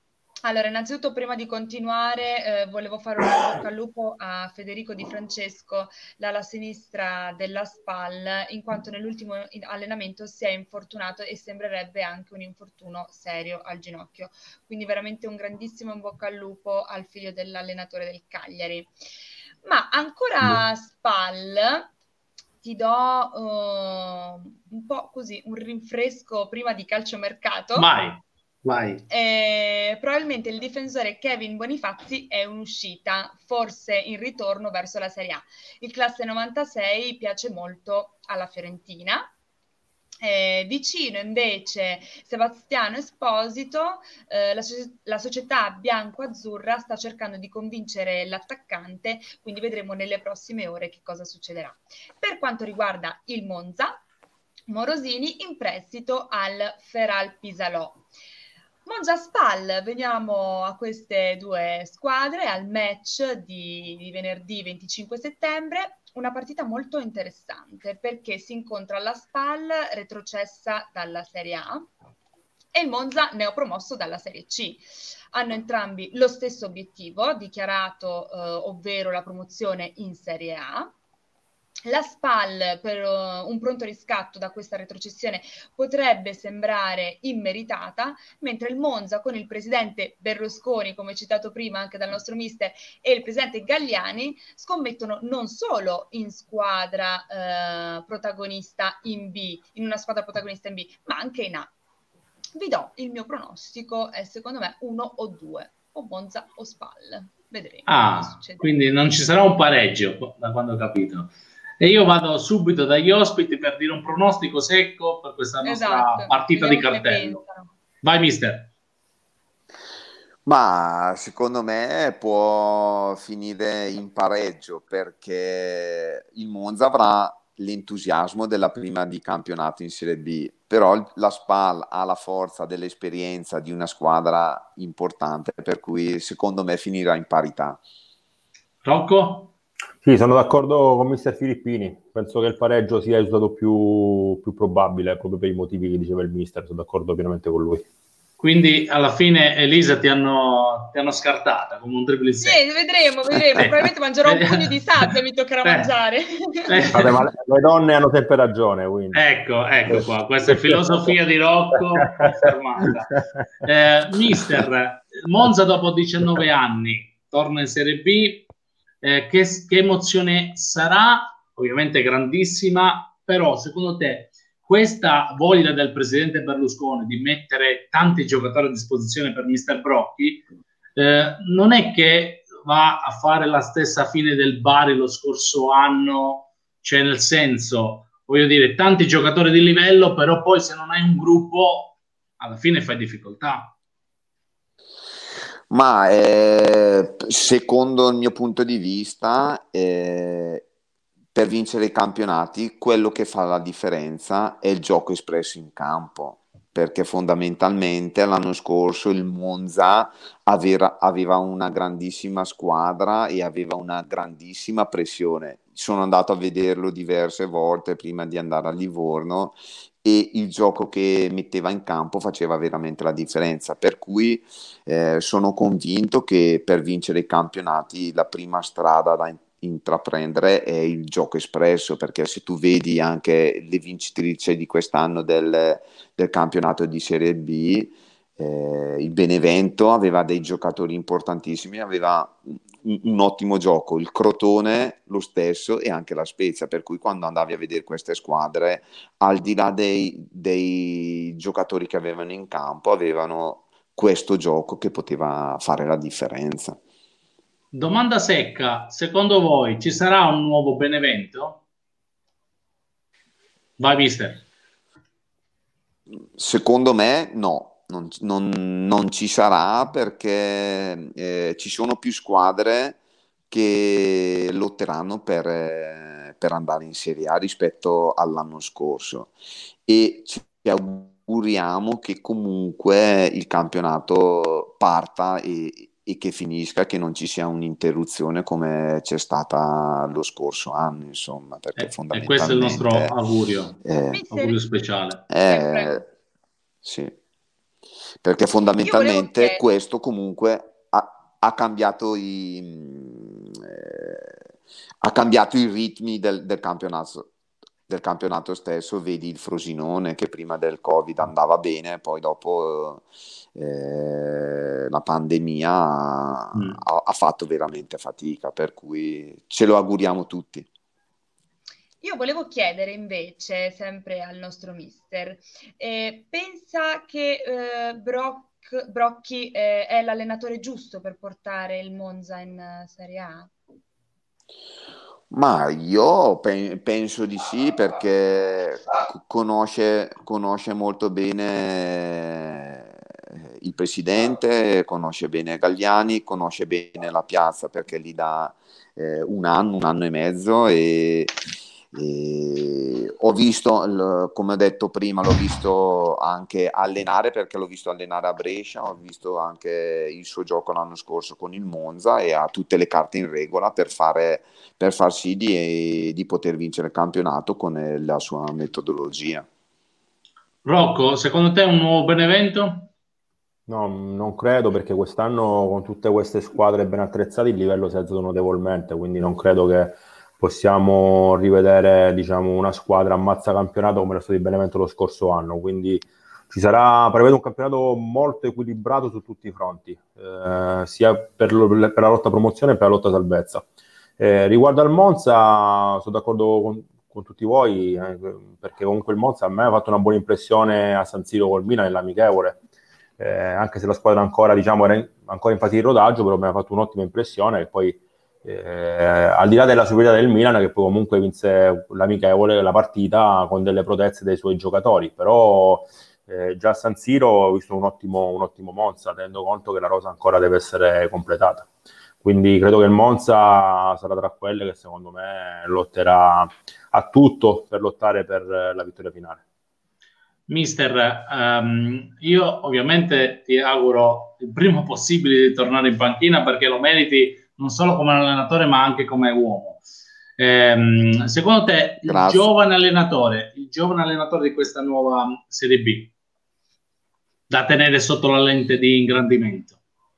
Allora, innanzitutto prima di continuare volevo fare un bocca al lupo a Federico Di Francesco, l'ala sinistra della SPAL, in quanto nell'ultimo allenamento si è infortunato e sembrerebbe anche un infortunio serio al ginocchio. Quindi veramente un grandissimo in bocca al lupo al figlio dell'allenatore del Cagliari. Ma ancora SPAL, ti do un po' così un rinfresco prima di calciomercato. Vai. Probabilmente il difensore Kevin Bonifazzi è un'uscita, forse in ritorno verso la Serie A. Il classe 96 piace molto alla Fiorentina. Vicino invece Sebastiano Esposito, la società bianco-azzurra sta cercando di convincere l'attaccante, quindi vedremo nelle prossime ore che cosa succederà. Per quanto riguarda il Monza, Morosini in prestito al Feral Pisalò. Monza Spal, veniamo a queste due squadre, al match di venerdì 25 settembre, una partita molto interessante perché si incontra la Spal retrocessa dalla Serie A e il Monza neopromosso dalla Serie C. Hanno entrambi lo stesso obiettivo dichiarato, ovvero la promozione in Serie A. La SPAL per un pronto riscatto da questa retrocessione potrebbe sembrare immeritata, mentre il Monza con il presidente Berlusconi, come citato prima anche dal nostro mister, e il presidente Galliani scommettono non solo in squadra protagonista in B, in una squadra protagonista in B, ma anche in A. Vi do il mio pronostico, è secondo me 1 o 2, o Monza o SPAL. Vedremo cosa succede. Quindi non ci sarà un pareggio, da quando ho capito. E io vado subito dagli ospiti per dire un pronostico secco per questa nostra partita di cartello. Vai, mister. Ma secondo me può finire in pareggio perché il Monza avrà l'entusiasmo della prima di campionato in Serie B, però la SPAL ha la forza dell'esperienza di una squadra importante, per cui secondo me finirà in parità. Rocco? Sì, sono d'accordo con mister Filippini, penso che il pareggio sia il risultato più probabile, proprio per i motivi che diceva il mister, sono d'accordo pienamente con lui. Quindi alla fine, Elisa, ti hanno scartata come un triple secco. Sì, vedremo. Probabilmente mangerò un pugno di sabbia, mi toccherà mangiare. Vabbè, ma le donne hanno sempre ragione, quindi. Ecco qua, questa è filosofia di Rocco affermata. Mister, Monza dopo 19 anni torna in Serie B, che emozione sarà? Ovviamente grandissima, però secondo te questa voglia del presidente Berlusconi di mettere tanti giocatori a disposizione per mister Brocchi non è che va a fare la stessa fine del Bari lo scorso anno, cioè nel senso, voglio dire, tanti giocatori di livello, però poi se non hai un gruppo alla fine fai difficoltà. Ma secondo il mio punto di vista, per vincere i campionati, quello che fa la differenza è il gioco espresso in campo, perché fondamentalmente l'anno scorso il Monza aveva una grandissima squadra e aveva una grandissima pressione. Sono andato a vederlo diverse volte prima di andare a Livorno e il gioco che metteva in campo faceva veramente la differenza, per cui sono convinto che per vincere i campionati la prima strada da intraprendere è il gioco espresso, perché se tu vedi anche le vincitrici di quest'anno del campionato di Serie B, il Benevento aveva dei giocatori importantissimi, aveva un ottimo gioco, il Crotone lo stesso e anche la Spezia, per cui quando andavi a vedere queste squadre, al di là dei giocatori che avevano in campo, avevano questo gioco che poteva fare la differenza. Domanda secca, secondo voi ci sarà un nuovo Benevento? Vai, mister. Secondo me no. Non ci sarà perché ci sono più squadre che lotteranno per andare in Serie A rispetto all'anno scorso e ci auguriamo che comunque il campionato parta e che finisca, che non ci sia un'interruzione come c'è stata lo scorso anno, insomma, perché fondamentalmente questo è il nostro augurio, augurio speciale. Sì. perché fondamentalmente chiedere... questo comunque ha cambiato ha cambiato i ritmi del campionato stesso. Vedi il Frosinone che prima del Covid andava bene, poi dopo la pandemia ha fatto veramente fatica, per cui ce lo auguriamo tutti. Io volevo chiedere invece, sempre al nostro mister, pensa che Brocchi è l'allenatore giusto per portare il Monza in Serie A? Ma io penso di sì, perché conosce molto bene il presidente, conosce bene Galliani, conosce bene la piazza, perché lì da un anno e mezzo, e ho visto, come ho detto prima, l'ho visto anche allenare, perché l'ho visto allenare a Brescia, ho visto anche il suo gioco l'anno scorso con il Monza, e ha tutte le carte in regola per far sì di poter vincere il campionato con la sua metodologia. Rocco, secondo te è un nuovo Benevento? No, non credo, perché quest'anno con tutte queste squadre ben attrezzate il livello si è alzato notevolmente, quindi non credo che possiamo rivedere, diciamo, una squadra ammazza campionato come lo stato di Benevento lo scorso anno, quindi prevedo un campionato molto equilibrato su tutti i fronti, sia per la lotta promozione che per la lotta salvezza. Riguardo al Monza, sono d'accordo con tutti voi, perché comunque il Monza a me ha fatto una buona impressione a San Siro col Milan nell'amichevole. Anche se la squadra ancora, diciamo, era ancora in fase di rodaggio, però mi ha fatto un'ottima impressione, e poi al di là della superiorità del Milan, che poi comunque vinse l'amichevole, la partita con delle proteste dei suoi giocatori, però già a San Siro ho visto un ottimo Monza, tenendo conto che la rosa ancora deve essere completata, quindi credo che il Monza sarà tra quelle che secondo me lotterà a tutto per lottare per la vittoria finale. Mister, io ovviamente ti auguro il prima possibile di tornare in panchina, perché lo meriti non solo come allenatore ma anche come uomo. Secondo te il giovane allenatore di questa nuova Serie B, da tenere sotto la lente di ingrandimento?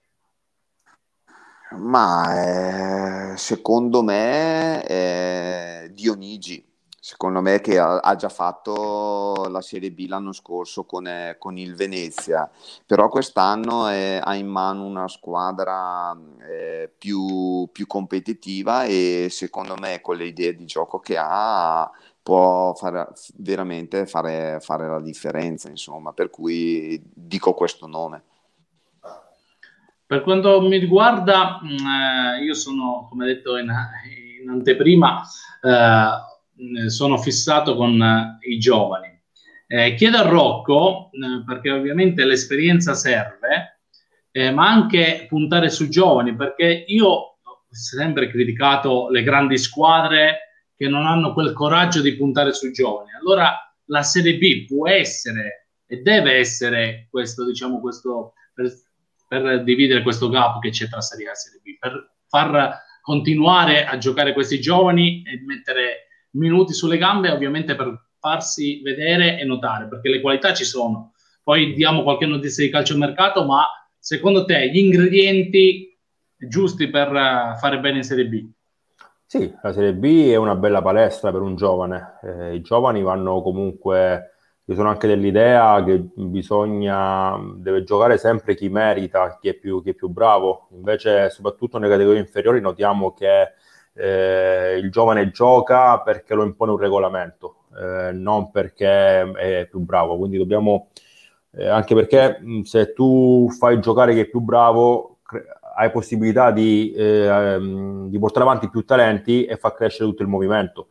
Ma secondo me è Dionigi. Secondo me, che ha già fatto la Serie B l'anno scorso con il Venezia, però quest'anno ha in mano una squadra più competitiva, e secondo me con le idee di gioco che ha può veramente fare la differenza, insomma, per cui dico questo nome. Per quanto mi riguarda, io sono, come detto in anteprima, sono fissato con i giovani. Chiedo a Rocco, perché ovviamente l'esperienza serve, ma anche puntare sui giovani, perché io ho sempre criticato le grandi squadre che non hanno quel coraggio di puntare sui giovani. Allora la Serie B può essere e deve essere questo, diciamo, questo per dividere questo gap che c'è tra Serie A e Serie B, per far continuare a giocare questi giovani e mettere minuti sulle gambe, ovviamente per farsi vedere e notare, perché le qualità ci sono. Poi diamo qualche notizia di calciomercato, ma secondo te gli ingredienti giusti per fare bene in Serie B? Sì, la Serie B è una bella palestra per un giovane. I giovani vanno comunque. Io sono anche dell'idea che deve giocare sempre chi merita, chi è più bravo. Invece, soprattutto nelle categorie inferiori, notiamo che il giovane gioca perché lo impone un regolamento, non perché è più bravo. Quindi dobbiamo, anche perché se tu fai giocare chi è più bravo, hai possibilità di portare avanti più talenti e far crescere tutto il movimento.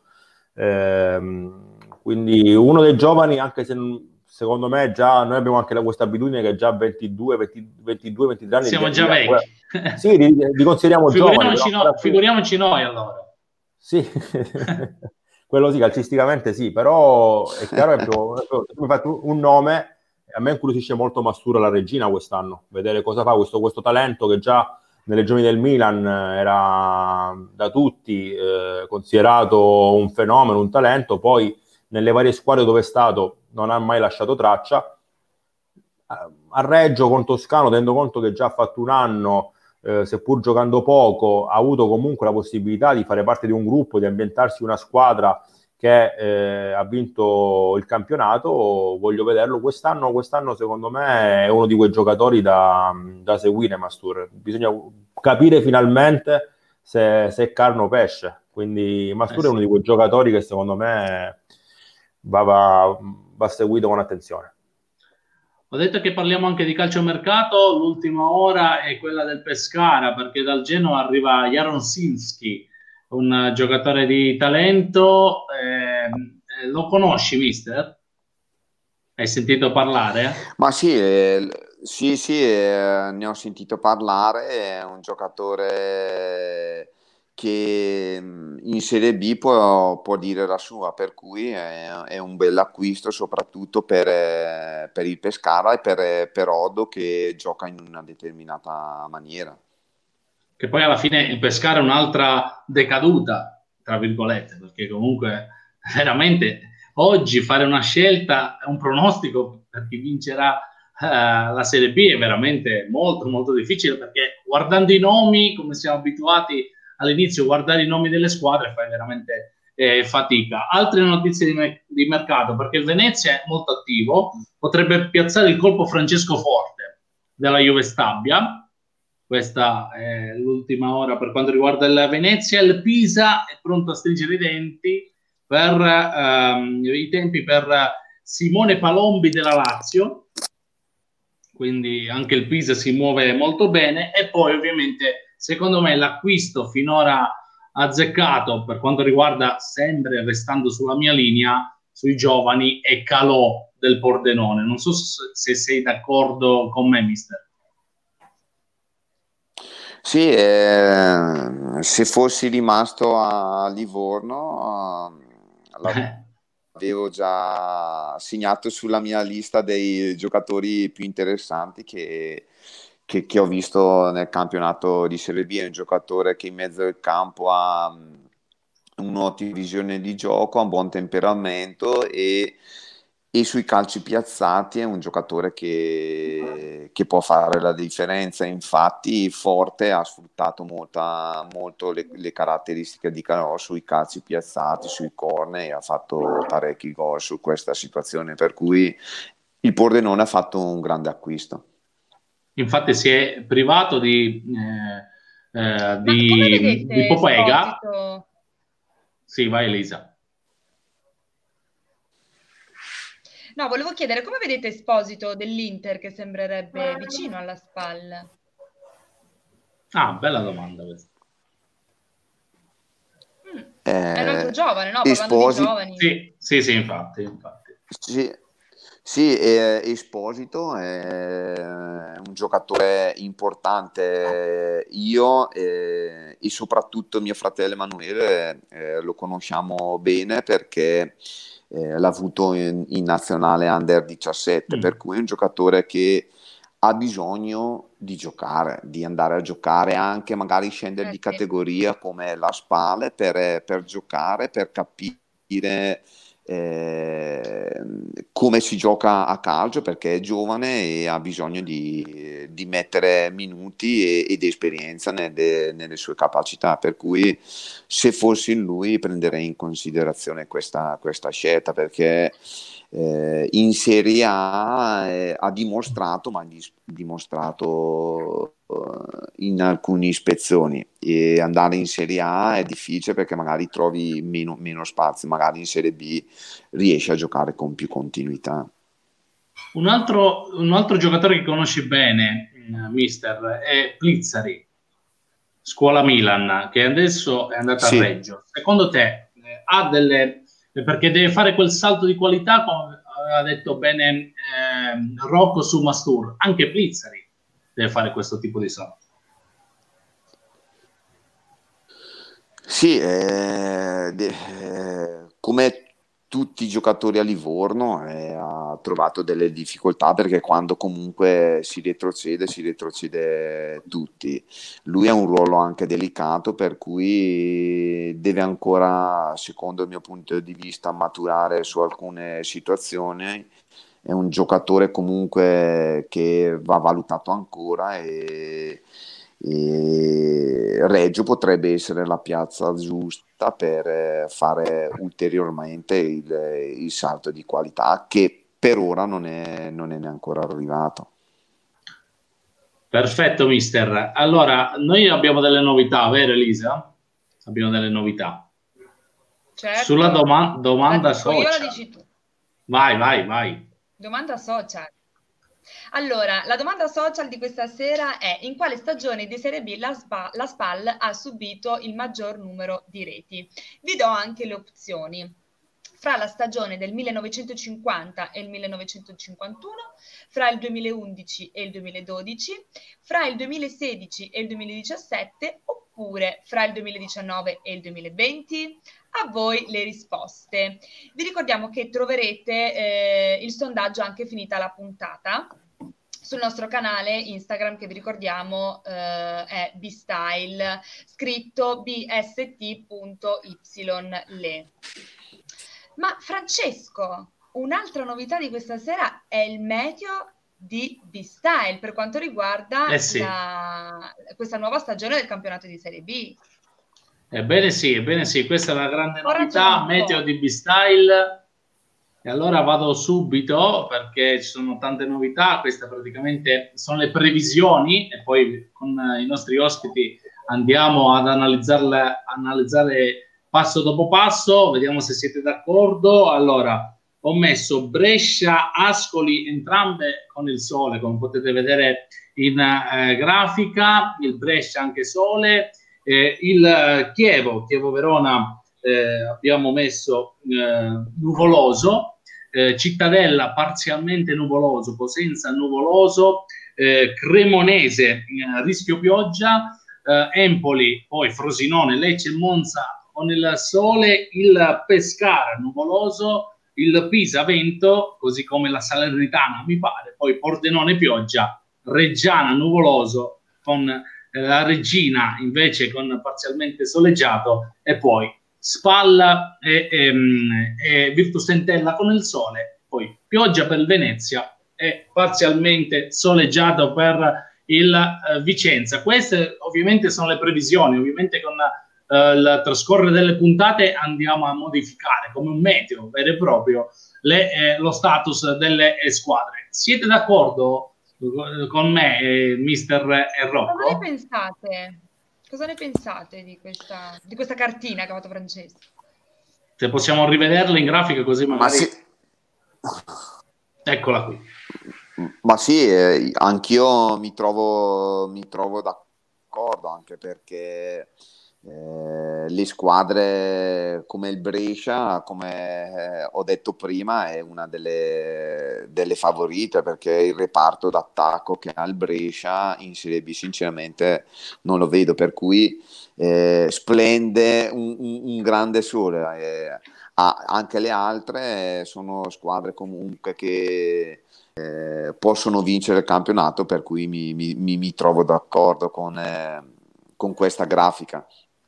Quindi uno dei giovani, anche se secondo me già noi abbiamo anche questa abitudine che già 22, 23 anni siamo già vecchi. Sì, li consideriamo giovani. Figuriamoci noi allora. Sì, quello sì, calcisticamente sì, però è chiaro che tu hai fatto un nome. A me incuriosisce molto Mastura, la regina, quest'anno, vedere cosa fa questo talento che già nelle giovani del Milan era da tutti considerato un fenomeno, un talento, poi nelle varie squadre dove è stato non ha mai lasciato traccia. a Reggio con Toscano, tenendo conto che già ha fatto un anno, seppur giocando poco, ha avuto comunque la possibilità di fare parte di un gruppo, di ambientarsi una squadra che ha vinto il campionato. Voglio vederlo quest'anno secondo me è uno di quei giocatori da seguire. Mastur, bisogna capire finalmente se è carne o pesce, quindi Mastur è uno di quei giocatori che secondo me va seguito con attenzione. Ho detto che parliamo anche di calciomercato, l'ultima ora è quella del Pescara, perché dal Genoa arriva Jarosinski, un giocatore di talento. Lo conosci, mister? Hai sentito parlare? Ma sì, sì, ne ho sentito parlare, è un giocatore che in Serie B può dire la sua, per cui è un bel acquisto soprattutto per il Pescara e per Odo, che gioca in una determinata maniera. Che poi alla fine il Pescara è un'altra decaduta, tra virgolette, perché comunque veramente oggi fare una scelta, un pronostico per chi vincerà la Serie B è veramente molto molto difficile, perché guardando i nomi, come siamo abituati all'inizio, guardare i nomi delle squadre fai veramente fatica. Altre notizie di mercato, perché il Venezia è molto attivo, potrebbe piazzare il colpo Francesco Forte della Juve Stabia. Questa è l'ultima ora per quanto riguarda il Venezia. Il Pisa è pronto a stringere i denti per i tempi per Simone Palombi della Lazio, quindi anche il Pisa si muove molto bene. E poi ovviamente secondo me l'acquisto finora azzeccato per quanto riguarda, sempre restando sulla mia linea, sui giovani, è Calò del Pordenone. Non so se sei d'accordo con me, mister. Sì, se fossi rimasto a Livorno, l'avevo già segnato sulla mia lista dei giocatori più interessanti che ho visto nel campionato di Serie B. È un giocatore che in mezzo al campo ha un'ottima visione di gioco, ha un buon temperamento e sui calci piazzati è un giocatore che può fare la differenza. Infatti Forte ha sfruttato molto le caratteristiche di Calò sui calci piazzati, sui corner, e ha fatto parecchi gol su questa situazione, per cui il Pordenone ha fatto un grande acquisto. Infatti si è privato di Popega. Esposito? Sì, vai Elisa. No, volevo chiedere come vedete Esposito dell'Inter, che sembrerebbe vicino alla SPAL? Ah, bella domanda questa. È un altro giovane, no? Parlando di giovani. Sì, infatti. Sì, Esposito è un giocatore importante. Io e soprattutto mio fratello Emanuele lo conosciamo bene, perché l'ha avuto in nazionale Under 17, per cui è un giocatore che ha bisogno di giocare, di andare a giocare, anche magari scendere di categoria come la Spale per giocare, per capire come si gioca a calcio, perché è giovane e ha bisogno di mettere minuti ed esperienza nelle sue capacità, per cui se fossi in lui prenderei in considerazione questa scelta, perché in Serie A ha dimostrato, ma ha dimostrato in alcune ispezioni, e andare in Serie A è difficile perché magari trovi meno spazio, magari in Serie B riesci a giocare con più continuità. Un altro giocatore che conosci bene, mister, è Plizzari, scuola Milan, che adesso è andata a Reggio. Secondo te ha perché deve fare quel salto di qualità, come aveva detto bene Rocco su Mastur, anche Plizzari deve fare questo tipo di salto. Sì, come tutti i giocatori a Livorno ha trovato delle difficoltà, perché quando comunque si retrocede tutti. Lui ha un ruolo anche delicato, per cui deve ancora, secondo il mio punto di vista, maturare su alcune situazioni, è un giocatore comunque che va valutato ancora, e Reggio potrebbe essere la piazza giusta per fare ulteriormente il salto di qualità che per ora non è neanche ancora arrivato. Perfetto, mister. Allora, noi abbiamo delle novità, vero Elisa? Abbiamo delle novità. Certo. Sulla domanda la dico io, social. la dici tu. Vai. Domanda social. Allora, la domanda social di questa sera è: in quale stagione di Serie B la SPAL ha subito il maggior numero di reti? Vi do anche le opzioni. Fra la stagione del 1950 e il 1951, fra il 2011 e il 2012, fra il 2016 e il 2017, oppure fra il 2019 e il 2020? A voi le risposte. Vi ricordiamo che troverete il sondaggio anche finita la puntata sul nostro canale Instagram, che vi ricordiamo è bstyle, scritto bst.yle. Ma Francesco, un'altra novità di questa sera è il meteo di bstyle per quanto riguarda questa nuova stagione del campionato di Serie B. Ebbene sì, questa è la grande novità, meteo di bstyle. E allora vado subito perché ci sono tante novità. Queste praticamente sono le previsioni e poi con i nostri ospiti andiamo ad analizzare passo dopo passo. Vediamo se siete d'accordo. Allora, ho messo Brescia, Ascoli, entrambe con il sole, come potete vedere in grafica. Il Brescia anche sole. Il Chievo Verona abbiamo messo nuvoloso. Cittadella parzialmente nuvoloso, Cosenza nuvoloso, Cremonese rischio pioggia, Empoli, poi Frosinone, Lecce e Monza con il sole, il Pescara nuvoloso, il Pisa vento, così come la Salernitana mi pare, poi Pordenone pioggia, Reggiana nuvoloso con la Regina invece con parzialmente soleggiato, e poi Spalla e Virtus Entella con il sole, poi pioggia per il Venezia e parzialmente soleggiato per il Vicenza. Queste ovviamente sono le previsioni, ovviamente con il trascorrere delle puntate andiamo a modificare come un meteo vero e proprio lo status delle squadre. Siete d'accordo con me, mister e Rocco? Cosa ne pensate? Cosa ne pensate di questa cartina che ha fatto Francesco? Se possiamo rivederla in grafica così magari... Ma sì. Eccola qui. Ma sì, anch'io mi trovo d'accordo, anche perché le squadre come il Brescia, come ho detto prima, è una delle favorite, perché il reparto d'attacco che ha il Brescia in Serie B sinceramente non lo vedo, per cui splende un grande sole. Anche le altre sono squadre comunque che possono vincere il campionato, per cui mi trovo d'accordo con questa grafica.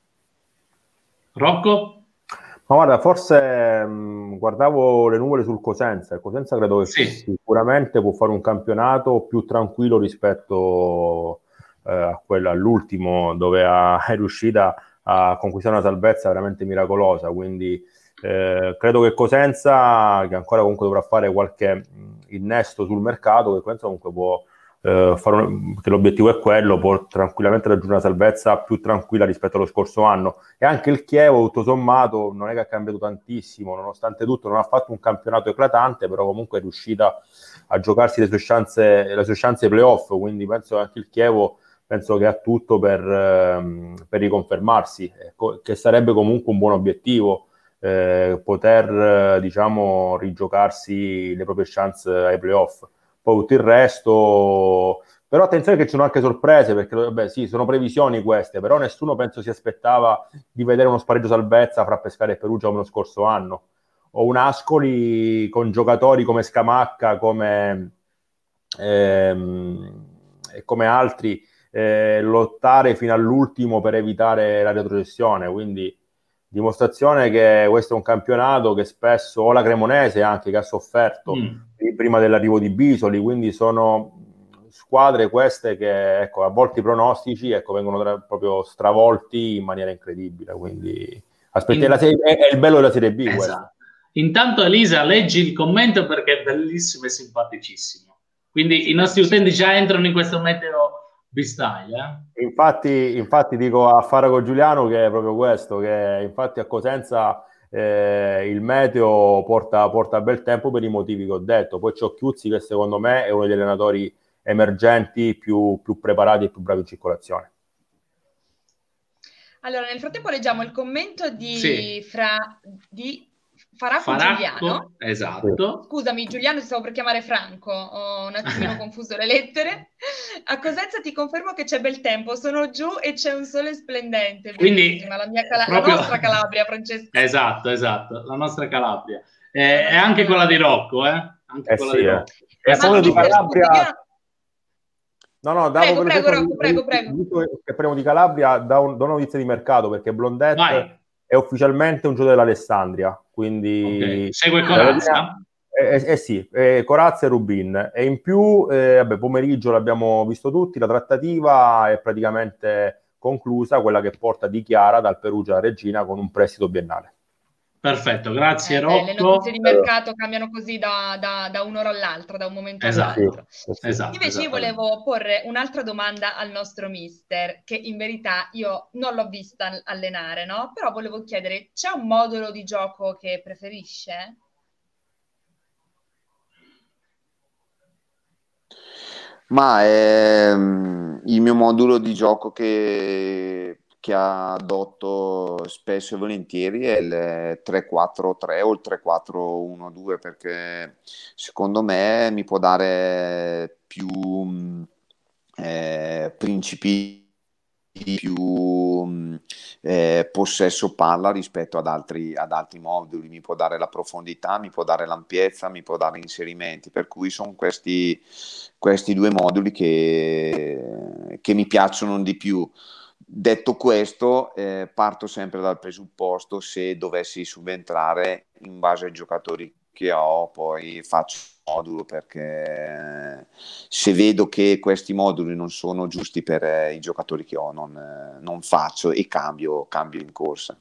Rocco? Ma guarda, forse guardavo le nuvole sul Cosenza. Il Cosenza credo che sicuramente può fare un campionato più tranquillo rispetto all'ultimo, dove è riuscita a conquistare una salvezza veramente miracolosa. Quindi credo che Cosenza, che ancora comunque dovrà fare qualche innesto sul mercato, che Cosenza comunque può che l'obiettivo è quello, può tranquillamente raggiungere una salvezza più tranquilla rispetto allo scorso anno. E anche il Chievo, tutto sommato, non è che ha cambiato tantissimo, nonostante tutto non ha fatto un campionato eclatante, però comunque è riuscita a giocarsi le sue chance ai playoff, quindi penso che anche il Chievo che ha tutto per riconfermarsi, che sarebbe comunque un buon obiettivo, poter diciamo rigiocarsi le proprie chance ai playoff. Poi tutto il resto, però attenzione che ci sono anche sorprese, perché vabbè, sì, sono previsioni queste, però nessuno penso si aspettava di vedere uno spareggio salvezza fra Pescara e Perugia come lo scorso anno, o un Ascoli con giocatori come Scamacca, come altri, lottare fino all'ultimo per evitare la retrocessione. Quindi dimostrazione che questo è un campionato che spesso, o la Cremonese anche, che ha sofferto prima dell'arrivo di Bisoli, quindi sono squadre queste che, ecco, a volte i pronostici, ecco, vengono proprio stravolti in maniera incredibile, quindi è il bello della Serie B, esatto. questo. Intanto Elisa, leggi il commento perché è bellissimo e simpaticissimo, quindi i nostri utenti già entrano in questo meteo B-style, Infatti dico a Farago Giuliano che è proprio questo, che infatti a Cosenza il meteo porta bel tempo per i motivi che ho detto. Poi c'è Occhiuzzi che secondo me è uno degli allenatori emergenti più preparati e più bravi in circolazione. Allora, nel frattempo leggiamo il commento di Faracco Giuliano. Esatto. Scusami Giuliano, ti stavo per chiamare Franco, ho un attimino confuso le lettere. A Cosenza ti confermo che c'è bel tempo, sono giù e c'è un sole splendente. Quindi la nostra Calabria, Francesco. Esatto, la nostra Calabria. È anche quella di Rocco, Anche quella di Rocco. E poi di Calabria... No, prego, Rocco, prego. Che parliamo di Calabria, da una notizia di mercato, perché Blondet è ufficialmente un giocatore dell'Alessandria, quindi... Segue Corazza? Sì, Corazza e Rubin. E in più, pomeriggio l'abbiamo visto tutti, la trattativa è praticamente conclusa, quella che porta Di Chiara dal Perugia alla Reggina con un prestito biennale. Perfetto, grazie Rocco. Le notizie di mercato cambiano così da un'ora all'altra, da un momento all'altro. Esatto. Invece io volevo porre un'altra domanda al nostro mister, che in verità io non l'ho vista allenare, no? Però volevo chiedere, c'è un modulo di gioco che preferisce? Ma è il mio modulo di gioco che adotto spesso e volentieri è il 3-4-3 o il 3-4-1-2, perché secondo me mi può dare più principi, più possesso palla rispetto ad altri moduli, mi può dare la profondità, mi può dare l'ampiezza, mi può dare inserimenti, per cui sono questi due moduli che mi piacciono di più. Detto questo, parto sempre dal presupposto, se dovessi subentrare in base ai giocatori che ho, poi faccio modulo, perché se vedo che questi moduli non sono giusti per i giocatori che ho, non faccio e cambio in corsa.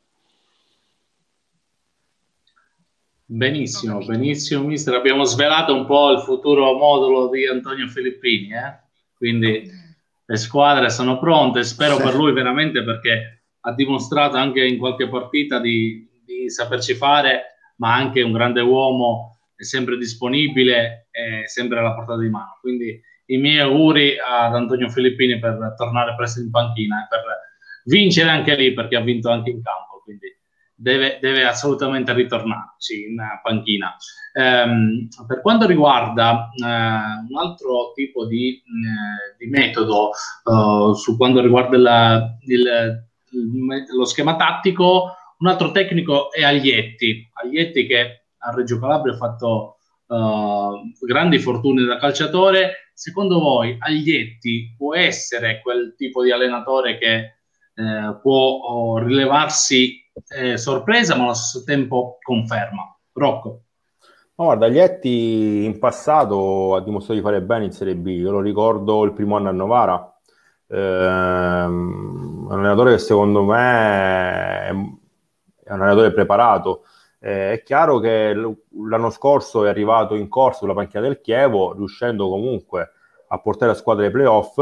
Benissimo, mister. Abbiamo svelato un po' il futuro modulo di Antonio Filippini, quindi le squadre sono pronte, spero per lui veramente, perché ha dimostrato anche in qualche partita di saperci fare, ma anche un grande uomo, è sempre disponibile, è sempre alla portata di mano. Quindi i miei auguri ad Antonio Filippini per tornare presto in panchina e per vincere anche lì, perché ha vinto anche in campo, quindi deve assolutamente ritornarci in panchina. Per quanto riguarda un altro tipo di metodo su quanto riguarda lo schema tattico, un altro tecnico è Aglietti che a Reggio Calabria ha fatto grandi fortune da calciatore. Secondo voi Aglietti può essere quel tipo di allenatore che può rilevarsi sorpresa, ma allo stesso tempo conferma? Rocco? Guarda, Aglietti in passato ha dimostrato di fare bene in Serie B. Io lo ricordo il primo anno a Novara. È un allenatore che secondo me è un allenatore preparato. È chiaro che l'anno scorso è arrivato in corsa sulla panchina del Chievo, riuscendo comunque a portare la squadra ai playoff.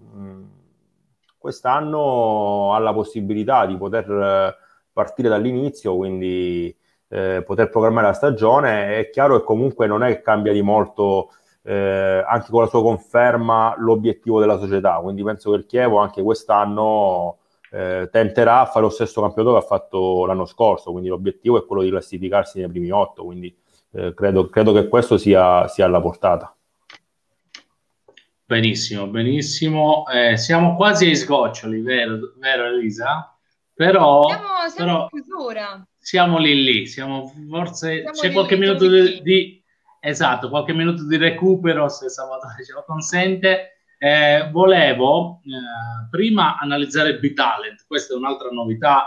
Quest'anno ha la possibilità di poter partire dall'inizio, quindi poter programmare la stagione. È chiaro che comunque non è che cambia di molto, anche con la sua conferma, l'obiettivo della società, quindi penso che il Chievo anche quest'anno tenterà a fare lo stesso campionato che ha fatto l'anno scorso, quindi l'obiettivo è quello di classificarsi nei primi 8, quindi credo che questo sia alla portata. Benissimo. Siamo quasi ai sgoccioli, vero Elisa? Però siamo in chiusura. Siamo lì. Forse c'è qualche minuto qualche minuto di recupero, se Salvatore ce lo consente. Volevo prima analizzare B-Talent. Questa è un'altra novità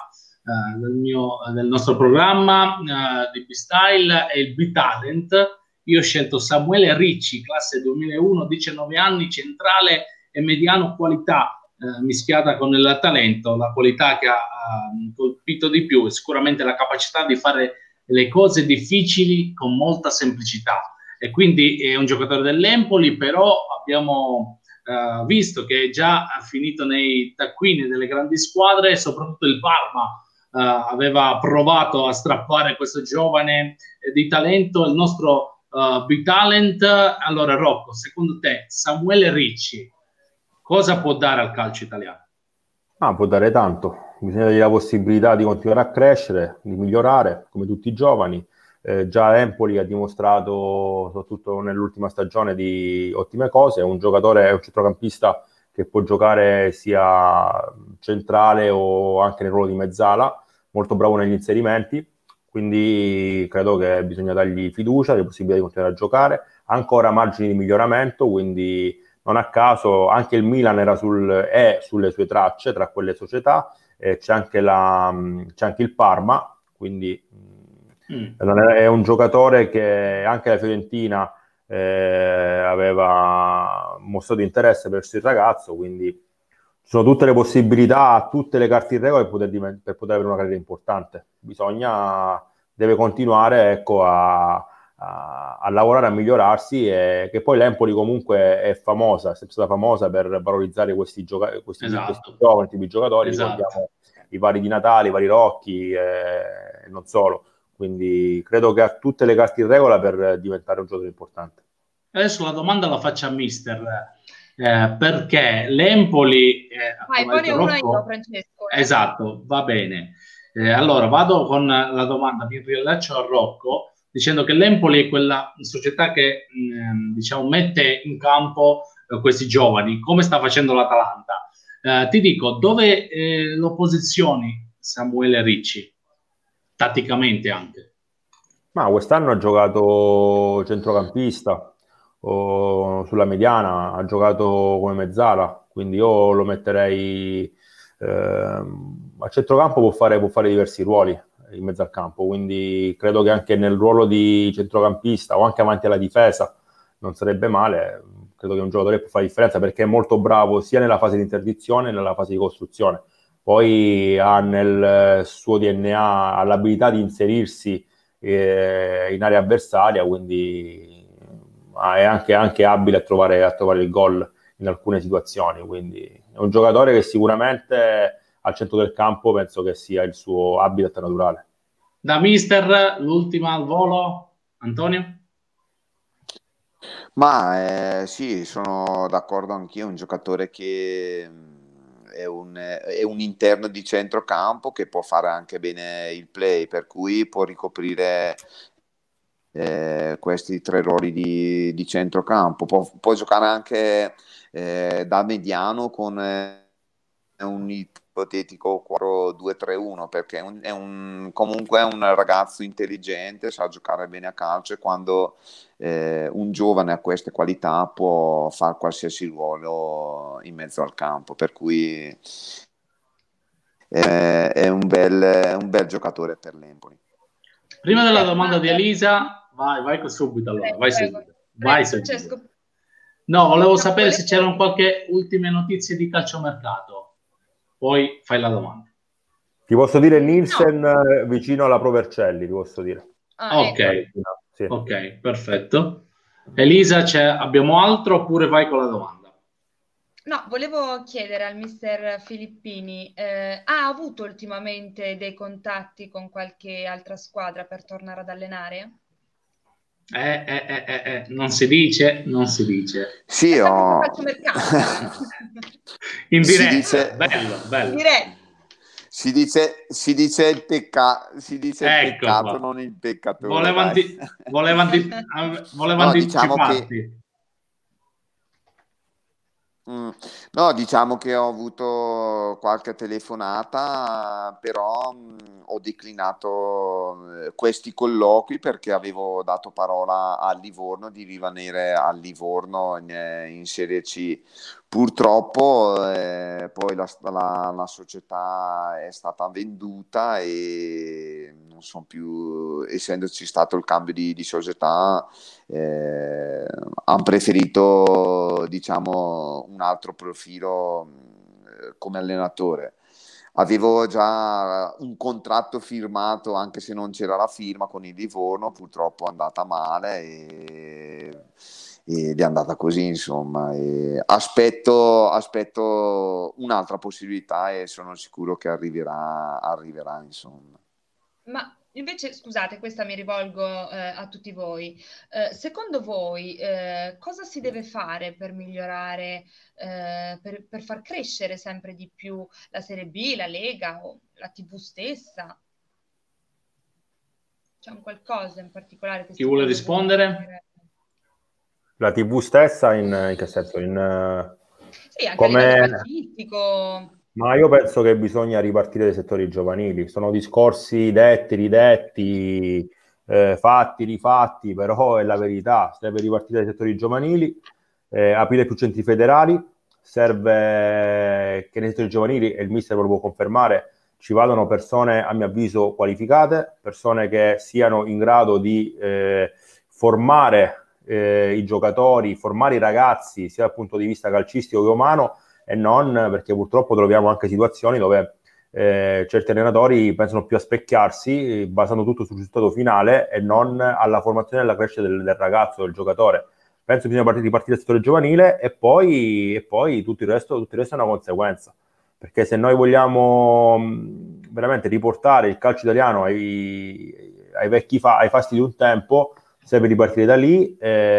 del nostro programma di B-Style è il B-Talent. Io ho scelto Samuele Ricci, classe 2001, 19 anni, centrale e mediano qualità, mischiata con il talento. La qualità che ha colpito di più è sicuramente la capacità di fare le cose difficili con molta semplicità. E quindi è un giocatore dell'Empoli, però abbiamo visto che è già finito nei taccuini delle grandi squadre, soprattutto il Parma aveva provato a strappare questo giovane di talento, il nostro B-Talent. Allora Rocco, secondo te Samuele Ricci cosa può dare al calcio italiano? Può dare tanto, bisogna dargli la possibilità di continuare a crescere, di migliorare come tutti i giovani. Già Empoli ha dimostrato, soprattutto nell'ultima stagione, di ottime cose. È un giocatore, è un centrocampista che può giocare sia centrale o anche nel ruolo di mezzala, molto bravo negli inserimenti, quindi credo che bisogna dargli fiducia, le possibilità di continuare a giocare, ancora margini di miglioramento, quindi non a caso anche il Milan è sulle sue tracce tra quelle società, c'è anche il Parma, quindi è un giocatore che anche la Fiorentina aveva mostrato interesse verso il ragazzo, quindi ci sono tutte le possibilità, tutte le carte in regola per poter avere una carriera importante. Deve continuare, ecco, a lavorare, a migliorarsi, e che poi l'Empoli comunque è sempre stata famosa per valorizzare questi giovani tipi di giocatori. Esatto. Ricordiamo i vari Di Natale, i vari Rocchi, e non solo. Quindi credo che ha tutte le carte in regola per diventare un giocatore importante. Adesso la domanda la faccio a mister, perché l'Empoli... poi ne uno io, Francesco. Esatto, va bene. Allora, vado con la domanda, mi riallaccio a Rocco, dicendo che l'Empoli è quella società che diciamo mette in campo questi giovani, come sta facendo l'Atalanta. Ti dico, dove lo posizioni Samuele Ricci? Tatticamente anche. Ma quest'anno ha giocato centrocampista o sulla mediana, ha giocato come mezzala, quindi io lo metterei a centrocampo, può fare diversi ruoli in mezzo al campo, quindi credo che anche nel ruolo di centrocampista o anche avanti alla difesa non sarebbe male. Credo che un giocatore può fare la differenza perché è molto bravo sia nella fase di interdizione che nella fase di costruzione. Poi ha nel suo DNA l'abilità di inserirsi in area avversaria, quindi è anche abile a trovare il gol in alcune situazioni, quindi è un giocatore che sicuramente al centro del campo penso che sia il suo habitat naturale. Da mister, l'ultima al volo, Antonio? Ma sì, sono d'accordo anch'io, è un giocatore che è un interno di centrocampo che può fare anche bene il play, per cui può ricoprire questi tre ruoli di centrocampo. Può giocare anche da mediano con un ipotetico 4-2-3-1, perché comunque è un ragazzo intelligente, sa giocare bene a calcio, e quando un giovane ha queste qualità può fare qualsiasi ruolo in mezzo al campo, per cui è un bel giocatore per l'Empoli. Prima della domanda di Elisa, vai subito allora, vai subito. Vai subito. No, volevo sapere se c'erano qualche ultime notizie di calciomercato. Poi fai la domanda. Ti posso dire Nielsen vicino alla Pro Vercelli, ti posso dire. Ok, ecco. Sì. Ok, perfetto. Elisa, abbiamo altro oppure vai con la domanda? No, volevo chiedere al mister Filippini, ha avuto ultimamente dei contatti con qualche altra squadra per tornare ad allenare? Non si dice. Sì, in diretta, bello. Si dice il peccato, Qua. Non il peccatore. Volevo anticiparti. No, diciamo che ho avuto qualche telefonata, però ho declinato questi colloqui perché avevo dato parola al Livorno di rimanere al Livorno in Serie C. Purtroppo poi la società è stata venduta e non sono più, essendoci stato il cambio di società, hanno preferito, diciamo, un altro profilo come allenatore. Avevo già un contratto firmato, anche se non c'era la firma con il Livorno, purtroppo è andata male ed è andata così, insomma. E aspetto un'altra possibilità e sono sicuro che arriverà, insomma. Ma invece, scusate, questa mi rivolgo a tutti voi. Secondo voi, cosa si deve fare per migliorare, per far crescere sempre di più la Serie B, la Lega o la TV stessa? C'è un qualcosa in particolare che Chi vuole secondo voi rispondere? La TV stessa in che senso? Sì, anche a livello Come... calcistico. Ma io penso che bisogna ripartire dai settori giovanili. Sono discorsi detti, ridetti, fatti, rifatti, però è la verità. Si deve ripartire dai settori giovanili, aprire più centri federali. Serve che nei settori giovanili, e il mister lo può confermare, ci vadano persone, a mio avviso, qualificate, persone che siano in grado di formare i giocatori, formare i ragazzi, sia dal punto di vista calcistico che umano, e non perché purtroppo troviamo anche situazioni dove certi allenatori pensano più a specchiarsi basando tutto sul risultato finale e non alla formazione e alla crescita del ragazzo, del giocatore. Penso che bisogna ripartire dal settore giovanile e poi tutto il resto è una conseguenza, perché se noi vogliamo veramente riportare il calcio italiano ai vecchi ai fasti di un tempo, serve ripartire da lì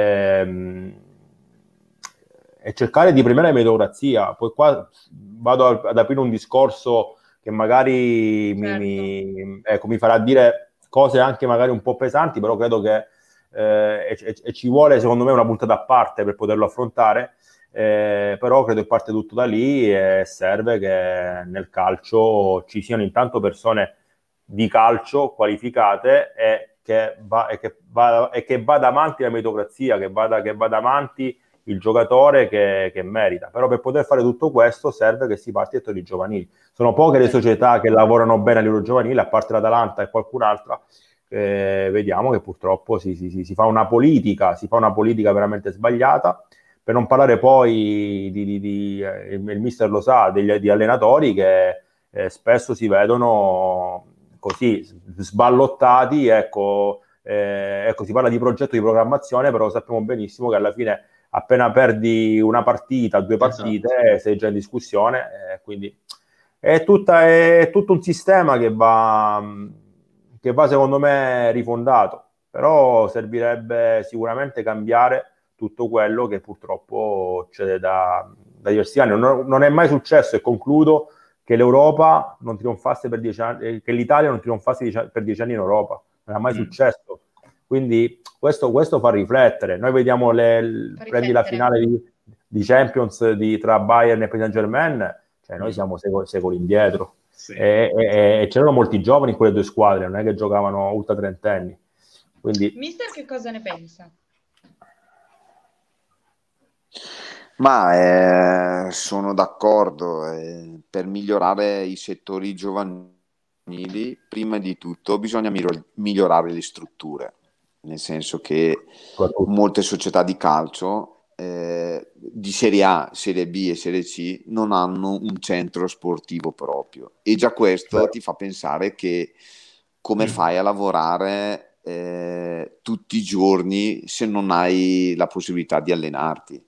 e cercare di premiare la meritocrazia. Poi qua vado ad aprire un discorso che magari Certo. mi farà dire cose anche magari un po' pesanti, però credo che e ci vuole secondo me una puntata a parte per poterlo affrontare, però credo che parte tutto da lì e serve che nel calcio ci siano intanto persone di calcio qualificate e che vada avanti la meritocrazia, che vada avanti il giocatore che merita. Però per poter fare tutto questo serve che si parti dai settori giovanili. Sono poche le società che lavorano bene a livello giovanile, a parte l'Atalanta e qualcun'altra. Vediamo che purtroppo si fa una politica veramente sbagliata, per non parlare poi il mister lo sa, di allenatori che spesso si vedono così sballottati, ecco, si parla di progetto di programmazione, però sappiamo benissimo che alla fine appena perdi una partita, due partite, esatto, sei già in discussione, quindi è tutto un sistema che va secondo me rifondato, però servirebbe sicuramente cambiare tutto quello che purtroppo c'è da diversi anni. Non è mai successo, e concludo, che l'Europa non trionfasse per 10 anni, che l'Italia non trionfasse per 10 anni in Europa. Non è mai successo. Quindi questo fa riflettere. Noi vediamo prendi la finale di Champions tra Bayern e Paris Saint-Germain, cioè noi siamo secoli indietro. sì. E c'erano molti giovani in quelle due squadre, non è che giocavano ultra trentenni. Quindi Mister, che cosa ne pensa? Ma sono d'accordo, per migliorare i settori giovanili, prima di tutto bisogna migliorare le strutture, nel senso che molte società di calcio di Serie A, Serie B e Serie C non hanno un centro sportivo proprio, e già questo ti fa pensare che come fai a lavorare tutti i giorni se non hai la possibilità di allenarti.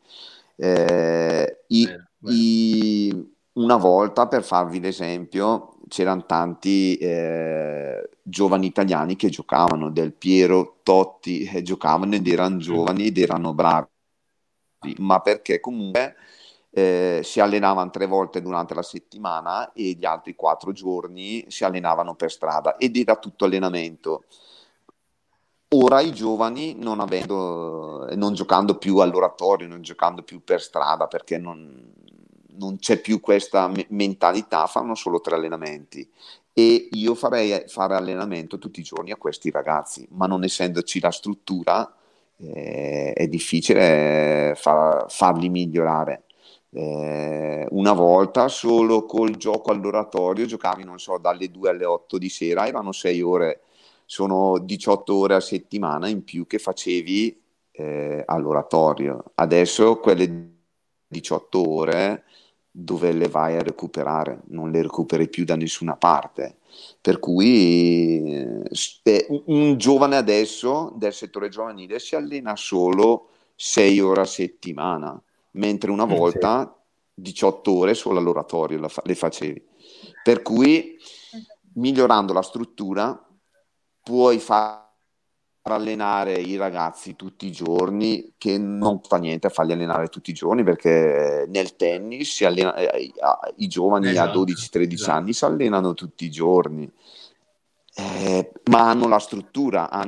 Una volta, per farvi l'esempio, c'erano tanti giovani italiani che giocavano, Del Piero, Totti, giocavano ed erano giovani ed erano bravi, ma perché comunque si allenavano 3 volte durante la settimana e gli altri 4 giorni si allenavano per strada ed era tutto allenamento. ora i giovani, non giocando più all'oratorio, non giocando più per strada, perché non c'è più questa mentalità, fanno solo 3 allenamenti. E io farei fare allenamento tutti i giorni a questi ragazzi, ma non essendoci la struttura, è difficile farli migliorare. Una volta solo col gioco all'oratorio giocavi, non so, dalle 2 alle 8 di sera, erano 6 ore, sono 18 ore a settimana in più che facevi all'oratorio. Adesso quelle 18 ore dove le vai a recuperare? Non le recuperi più da nessuna parte. Per cui un giovane adesso del settore giovanile si allena solo 6 ore a settimana, mentre una Sì. volta 18 ore solo all'oratorio le facevi. Per cui migliorando la struttura puoi far allenare i ragazzi tutti i giorni, che non fa niente a farli allenare tutti i giorni, perché nel tennis i giovani a 12-13 anni si allenano tutti i giorni. Ma hanno la struttura, ma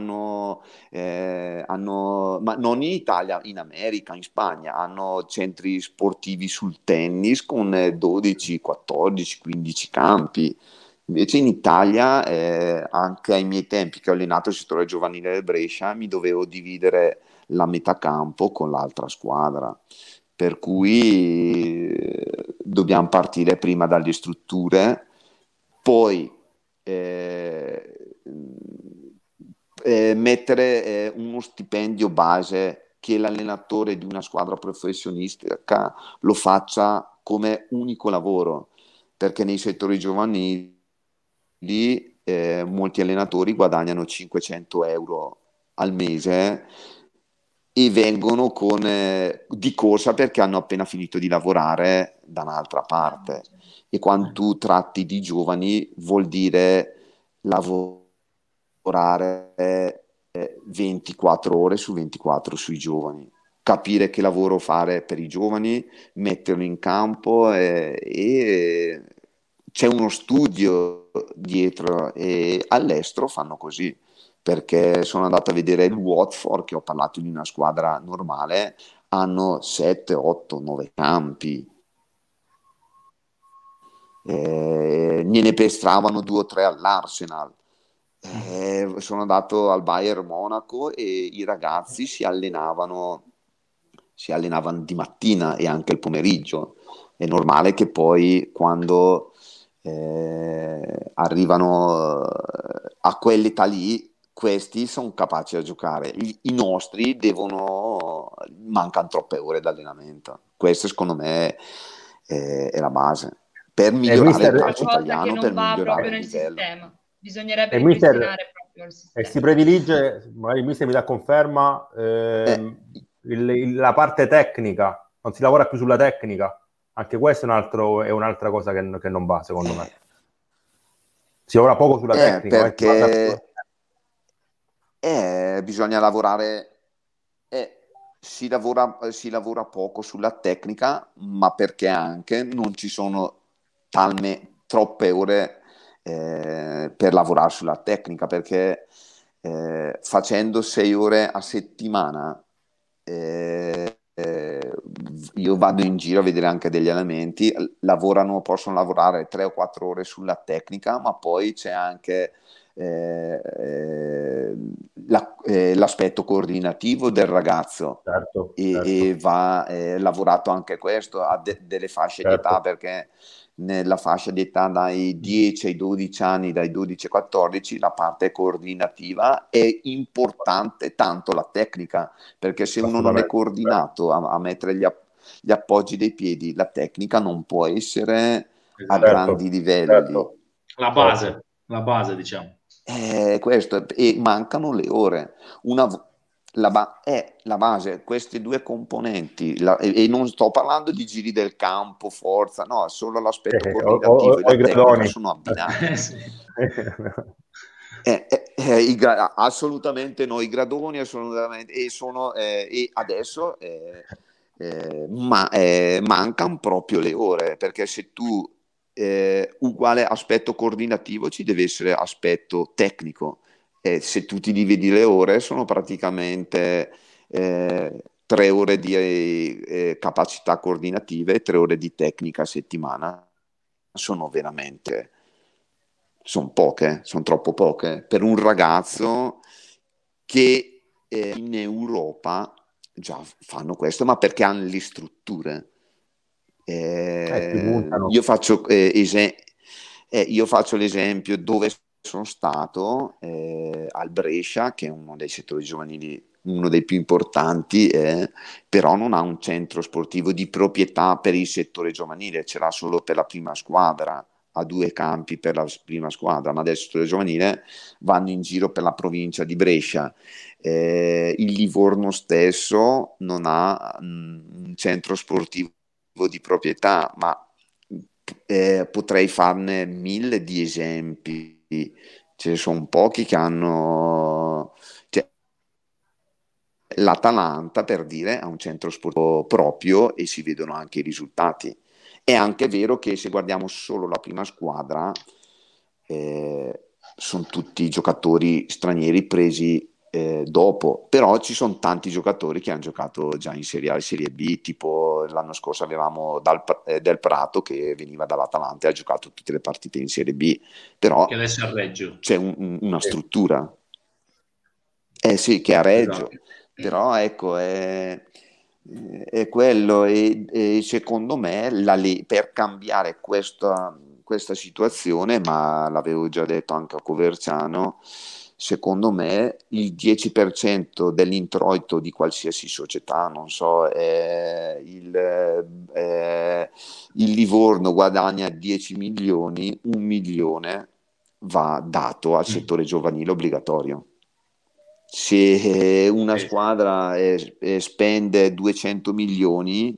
non in Italia, in America, in Spagna, hanno centri sportivi sul tennis con 12, 14, 15 campi. Invece in Italia, anche ai miei tempi che ho allenato il settore giovanile del Brescia, mi dovevo dividere la metà campo con l'altra squadra. Per cui dobbiamo partire prima dalle strutture, poi mettere uno stipendio base che l'allenatore di una squadra professionistica lo faccia come unico lavoro, perché nei settori giovanili molti allenatori guadagnano 500 euro al mese e vengono di corsa perché hanno appena finito di lavorare da un'altra parte. E quando tu tratti di giovani vuol dire lavorare 24 ore su 24 sui giovani, capire che lavoro fare per i giovani, metterlo in campo, e c'è uno studio dietro, e all'estero fanno così, perché sono andato a vedere il Watford, che ho parlato di una squadra normale, hanno 7, 8, 9 campi. Ne pestravano 2 o 3 all'Arsenal. Sono andato al Bayern Monaco e i ragazzi si allenavano di mattina e anche il pomeriggio. È normale che poi quando arrivano a quell'età lì, questi sono capaci a giocare. I nostri mancano troppe ore di allenamento. Questo secondo me è la base per migliorare il calcio italiano, che non per va migliorare proprio il nel livello. sistema. Bisognerebbe mister, ripristinare proprio il sistema. e si predilige, magari il mister mi dà conferma, la parte tecnica, non si lavora più sulla tecnica. Anche questo è un'altra cosa che non va, secondo me. Si lavora poco sulla tecnica, perché bisogna lavorare. Si lavora poco sulla tecnica, ma perché anche non ci sono troppe ore per lavorare sulla tecnica, perché facendo 6 ore a settimana, io vado in giro a vedere anche degli allenamenti, possono lavorare 3 o 4 ore sulla tecnica, ma poi c'è anche l'aspetto coordinativo del ragazzo, certo. E va lavorato anche questo a delle fasce di età, perché nella fascia di età dai 10 ai 12 anni, dai 12 ai 14, la parte coordinativa è importante, tanto la tecnica, perché se uno non è coordinato a mettere gli appoggi dei piedi, la tecnica non può essere a grandi livelli. La base, diciamo. Questo, e mancano le ore. La base, queste 2 componenti, e non sto parlando di giri del campo, forza, no, solo l'aspetto coordinativo e la tecnica sono abbinati. Assolutamente no, i gradoni assolutamente, e adesso mancano proprio le ore, perché se tu uguale aspetto coordinativo ci deve essere aspetto tecnico, se tu ti dividi le ore sono praticamente 3 ore di capacità coordinative e 3 ore di tecnica a settimana. Sono veramente, sono poche, sono troppo poche per un ragazzo che in Europa già fanno questo, ma perché hanno le strutture. Io faccio l'esempio dove sono stato al Brescia, che è uno dei settori giovanili, uno dei più importanti, però non ha un centro sportivo di proprietà per il settore giovanile, ce l'ha solo per la prima squadra, ha 2 campi per la prima squadra, ma del settore giovanile vanno in giro per la provincia di Brescia. Il Livorno stesso non ha un centro sportivo di proprietà, ma potrei farne 1000 di esempi. Ce ne sono pochi che hanno, cioè, l'Atalanta, per dire, ha un centro sportivo proprio e si vedono anche i risultati. È anche vero che se guardiamo solo la prima squadra, sono tutti giocatori stranieri presi dopo, però ci sono tanti giocatori che hanno giocato già in Serie A e Serie B, tipo l'anno scorso avevamo Del Prato che veniva dall'Atalanta e ha giocato tutte le partite in Serie B, però che adesso è a Reggio. c'è una struttura. Sì, che è a Reggio, esatto. Però ecco, è quello e secondo me per cambiare questa situazione, ma l'avevo già detto anche a Coverciano, secondo me il 10% dell'introito di qualsiasi società, non so, il Livorno guadagna 10 milioni, 1 milione va dato al settore giovanile obbligatorio. Se una squadra spende 200 milioni,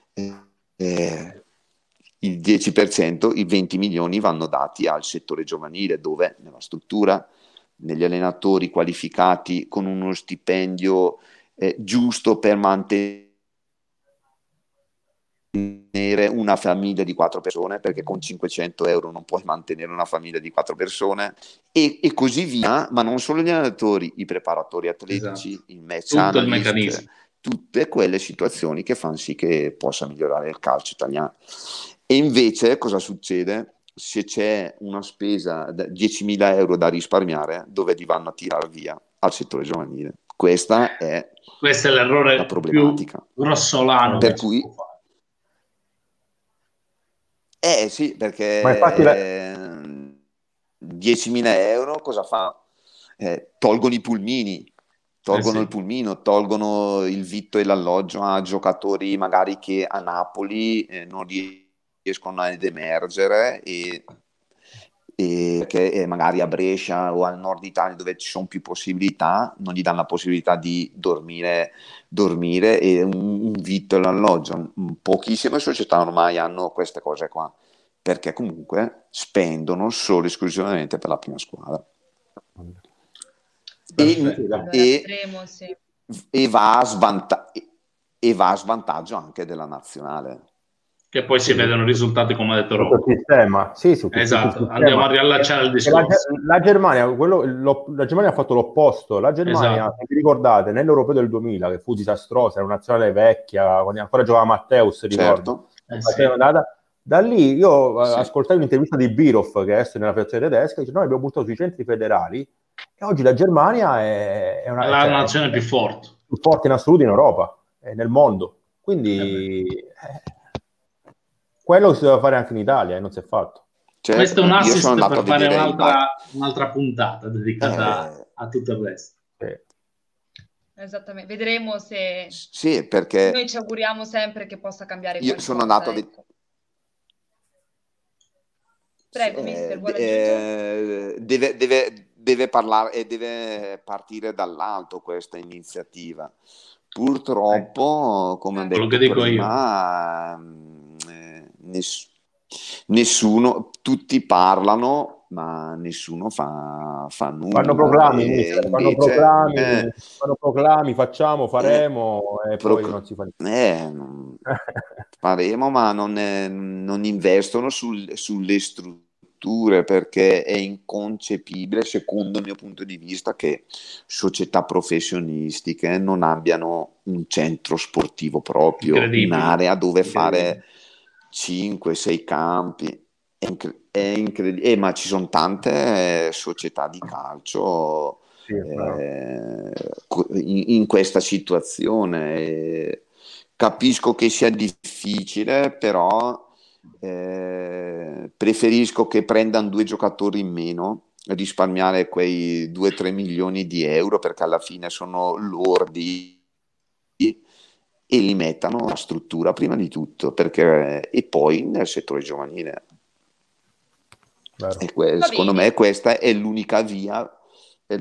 il 10%, i 20 milioni vanno dati al settore giovanile, dove nella struttura, negli allenatori qualificati con uno stipendio giusto per mantenere una famiglia di 4 persone, perché con 500 euro non puoi mantenere una famiglia di 4 persone e così via, ma non solo gli allenatori, i preparatori atletici, esatto. il match Tutto analyst, il meccanismo, tutte quelle situazioni che fanno sì che possa migliorare il calcio italiano. E invece cosa succede? Se c'è una spesa 10.000 euro da risparmiare, dove li vanno a tirare via? Al settore giovanile. Questo è l'errore la problematica più grossolano per che cui si può fare. Sì, perché Ma infatti 10.000 euro cosa fa? Tolgono i pulmini, tolgono il pulmino, tolgono il vitto e l'alloggio a giocatori magari che a Napoli non riescono ad emergere e che magari a Brescia o al nord Italia, dove ci sono più possibilità, non gli danno la possibilità di dormire e un vitto e l'alloggio. Pochissime società ormai hanno queste cose qua, perché comunque spendono solo e esclusivamente per la prima squadra. E va a svantaggio anche della nazionale. Che poi si vedono i risultati, come ha detto Rocco. Sistema. Sì, esatto, andiamo a riallacciare il discorso. La Germania, la Germania ha fatto l'opposto. La Germania, se vi ricordate, nell'Europeo del 2000, che fu disastrosa, era una nazionale vecchia, quando ancora giocava Matteus, ricordo. Da lì io ascoltai un'intervista di Birov, che adesso è nella federazione tedesca, dice: noi abbiamo buttato sui centri federali e oggi la Germania è la nazione più forte in assoluto in Europa e nel mondo. Quindi quello si deve fare anche in Italia e non si è fatto. Certo, questo è un assist per fare un'altra puntata dedicata a tutto il resto. Esattamente, vedremo se perché noi ci auguriamo sempre che possa cambiare io qualcosa. Sono andato Prego, mister, vuole deve parlare e deve partire dall'alto questa iniziativa. Purtroppo, come ho detto prima, nessuno, tutti parlano, ma nessuno fa nulla. Fanno proclami, faremo e poi non si fa niente. Faremo, ma non investono sulle strutture strutture, perché è inconcepibile, secondo il mio punto di vista, che società professionistiche non abbiano un centro sportivo proprio, Incredibile. un'area dove Incredibile. fare 5-6 campi. È incredibile, ma ci sono tante società di calcio Sì, è vero. in questa situazione. Capisco che sia difficile, però preferisco che prendano 2 giocatori in meno, risparmiare quei 2-3 milioni di euro, perché alla fine sono lordi, e li mettano la struttura prima di tutto, e poi nel settore giovanile. Vero. Secondo me questa è l'unica via. E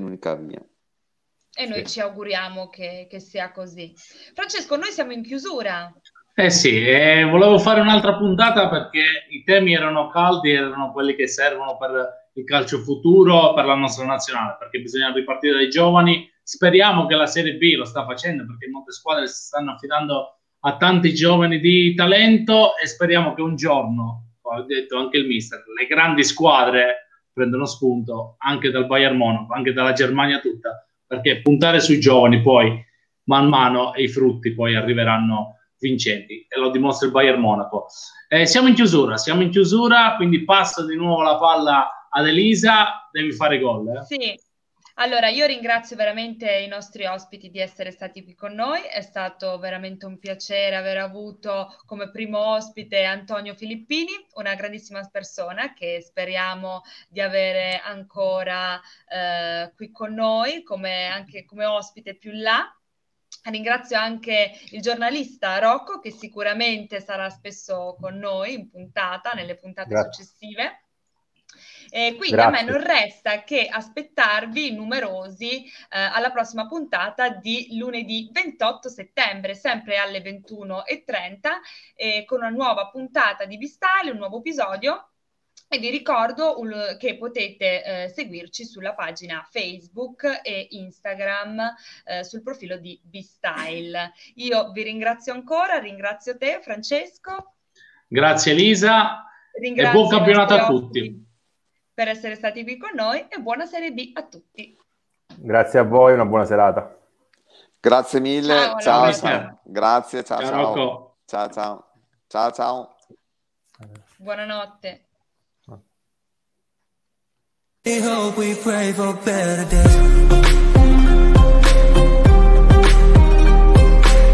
noi ci auguriamo che sia così. Francesco, noi siamo in chiusura. Sì, volevo fare un'altra puntata perché i temi erano caldi, erano quelli che servono per il calcio futuro, per la nostra nazionale, perché bisogna ripartire dai giovani. Speriamo che la Serie B lo sta facendo, perché molte squadre si stanno affidando a tanti giovani di talento, e speriamo che un giorno, come ha detto anche il mister, le grandi squadre prendono spunto anche dal Bayern Monaco, anche dalla Germania tutta, perché puntare sui giovani poi man mano, e i frutti poi arriveranno vincenti, e lo dimostra il Bayern Monaco. Siamo in chiusura, quindi passo di nuovo la palla ad Elisa, devi fare gol. Sì, allora io ringrazio veramente i nostri ospiti di essere stati qui con noi, è stato veramente un piacere aver avuto come primo ospite Antonio Filippini, una grandissima persona che speriamo di avere ancora qui con noi, anche come ospite più in là. Ringrazio anche il giornalista Rocco, che sicuramente sarà spesso con noi in puntata, nelle puntate successive. Quindi a me non resta che aspettarvi numerosi alla prossima puntata di lunedì 28 settembre, sempre alle 21:30, con una nuova puntata di Bistyle, un nuovo episodio. E vi ricordo che potete seguirci sulla pagina Facebook e Instagram sul profilo di Bistyle. Io vi ringrazio ancora, ringrazio te Francesco. Grazie Elisa, ringrazio e buon campionato a tutti. Per essere stati qui con noi, e buona Serie B a tutti. Grazie a voi, una buona serata. Grazie mille, ciao. Grazie, ciao. Rocco. Ciao. Buonanotte. We hope, we pray for better days.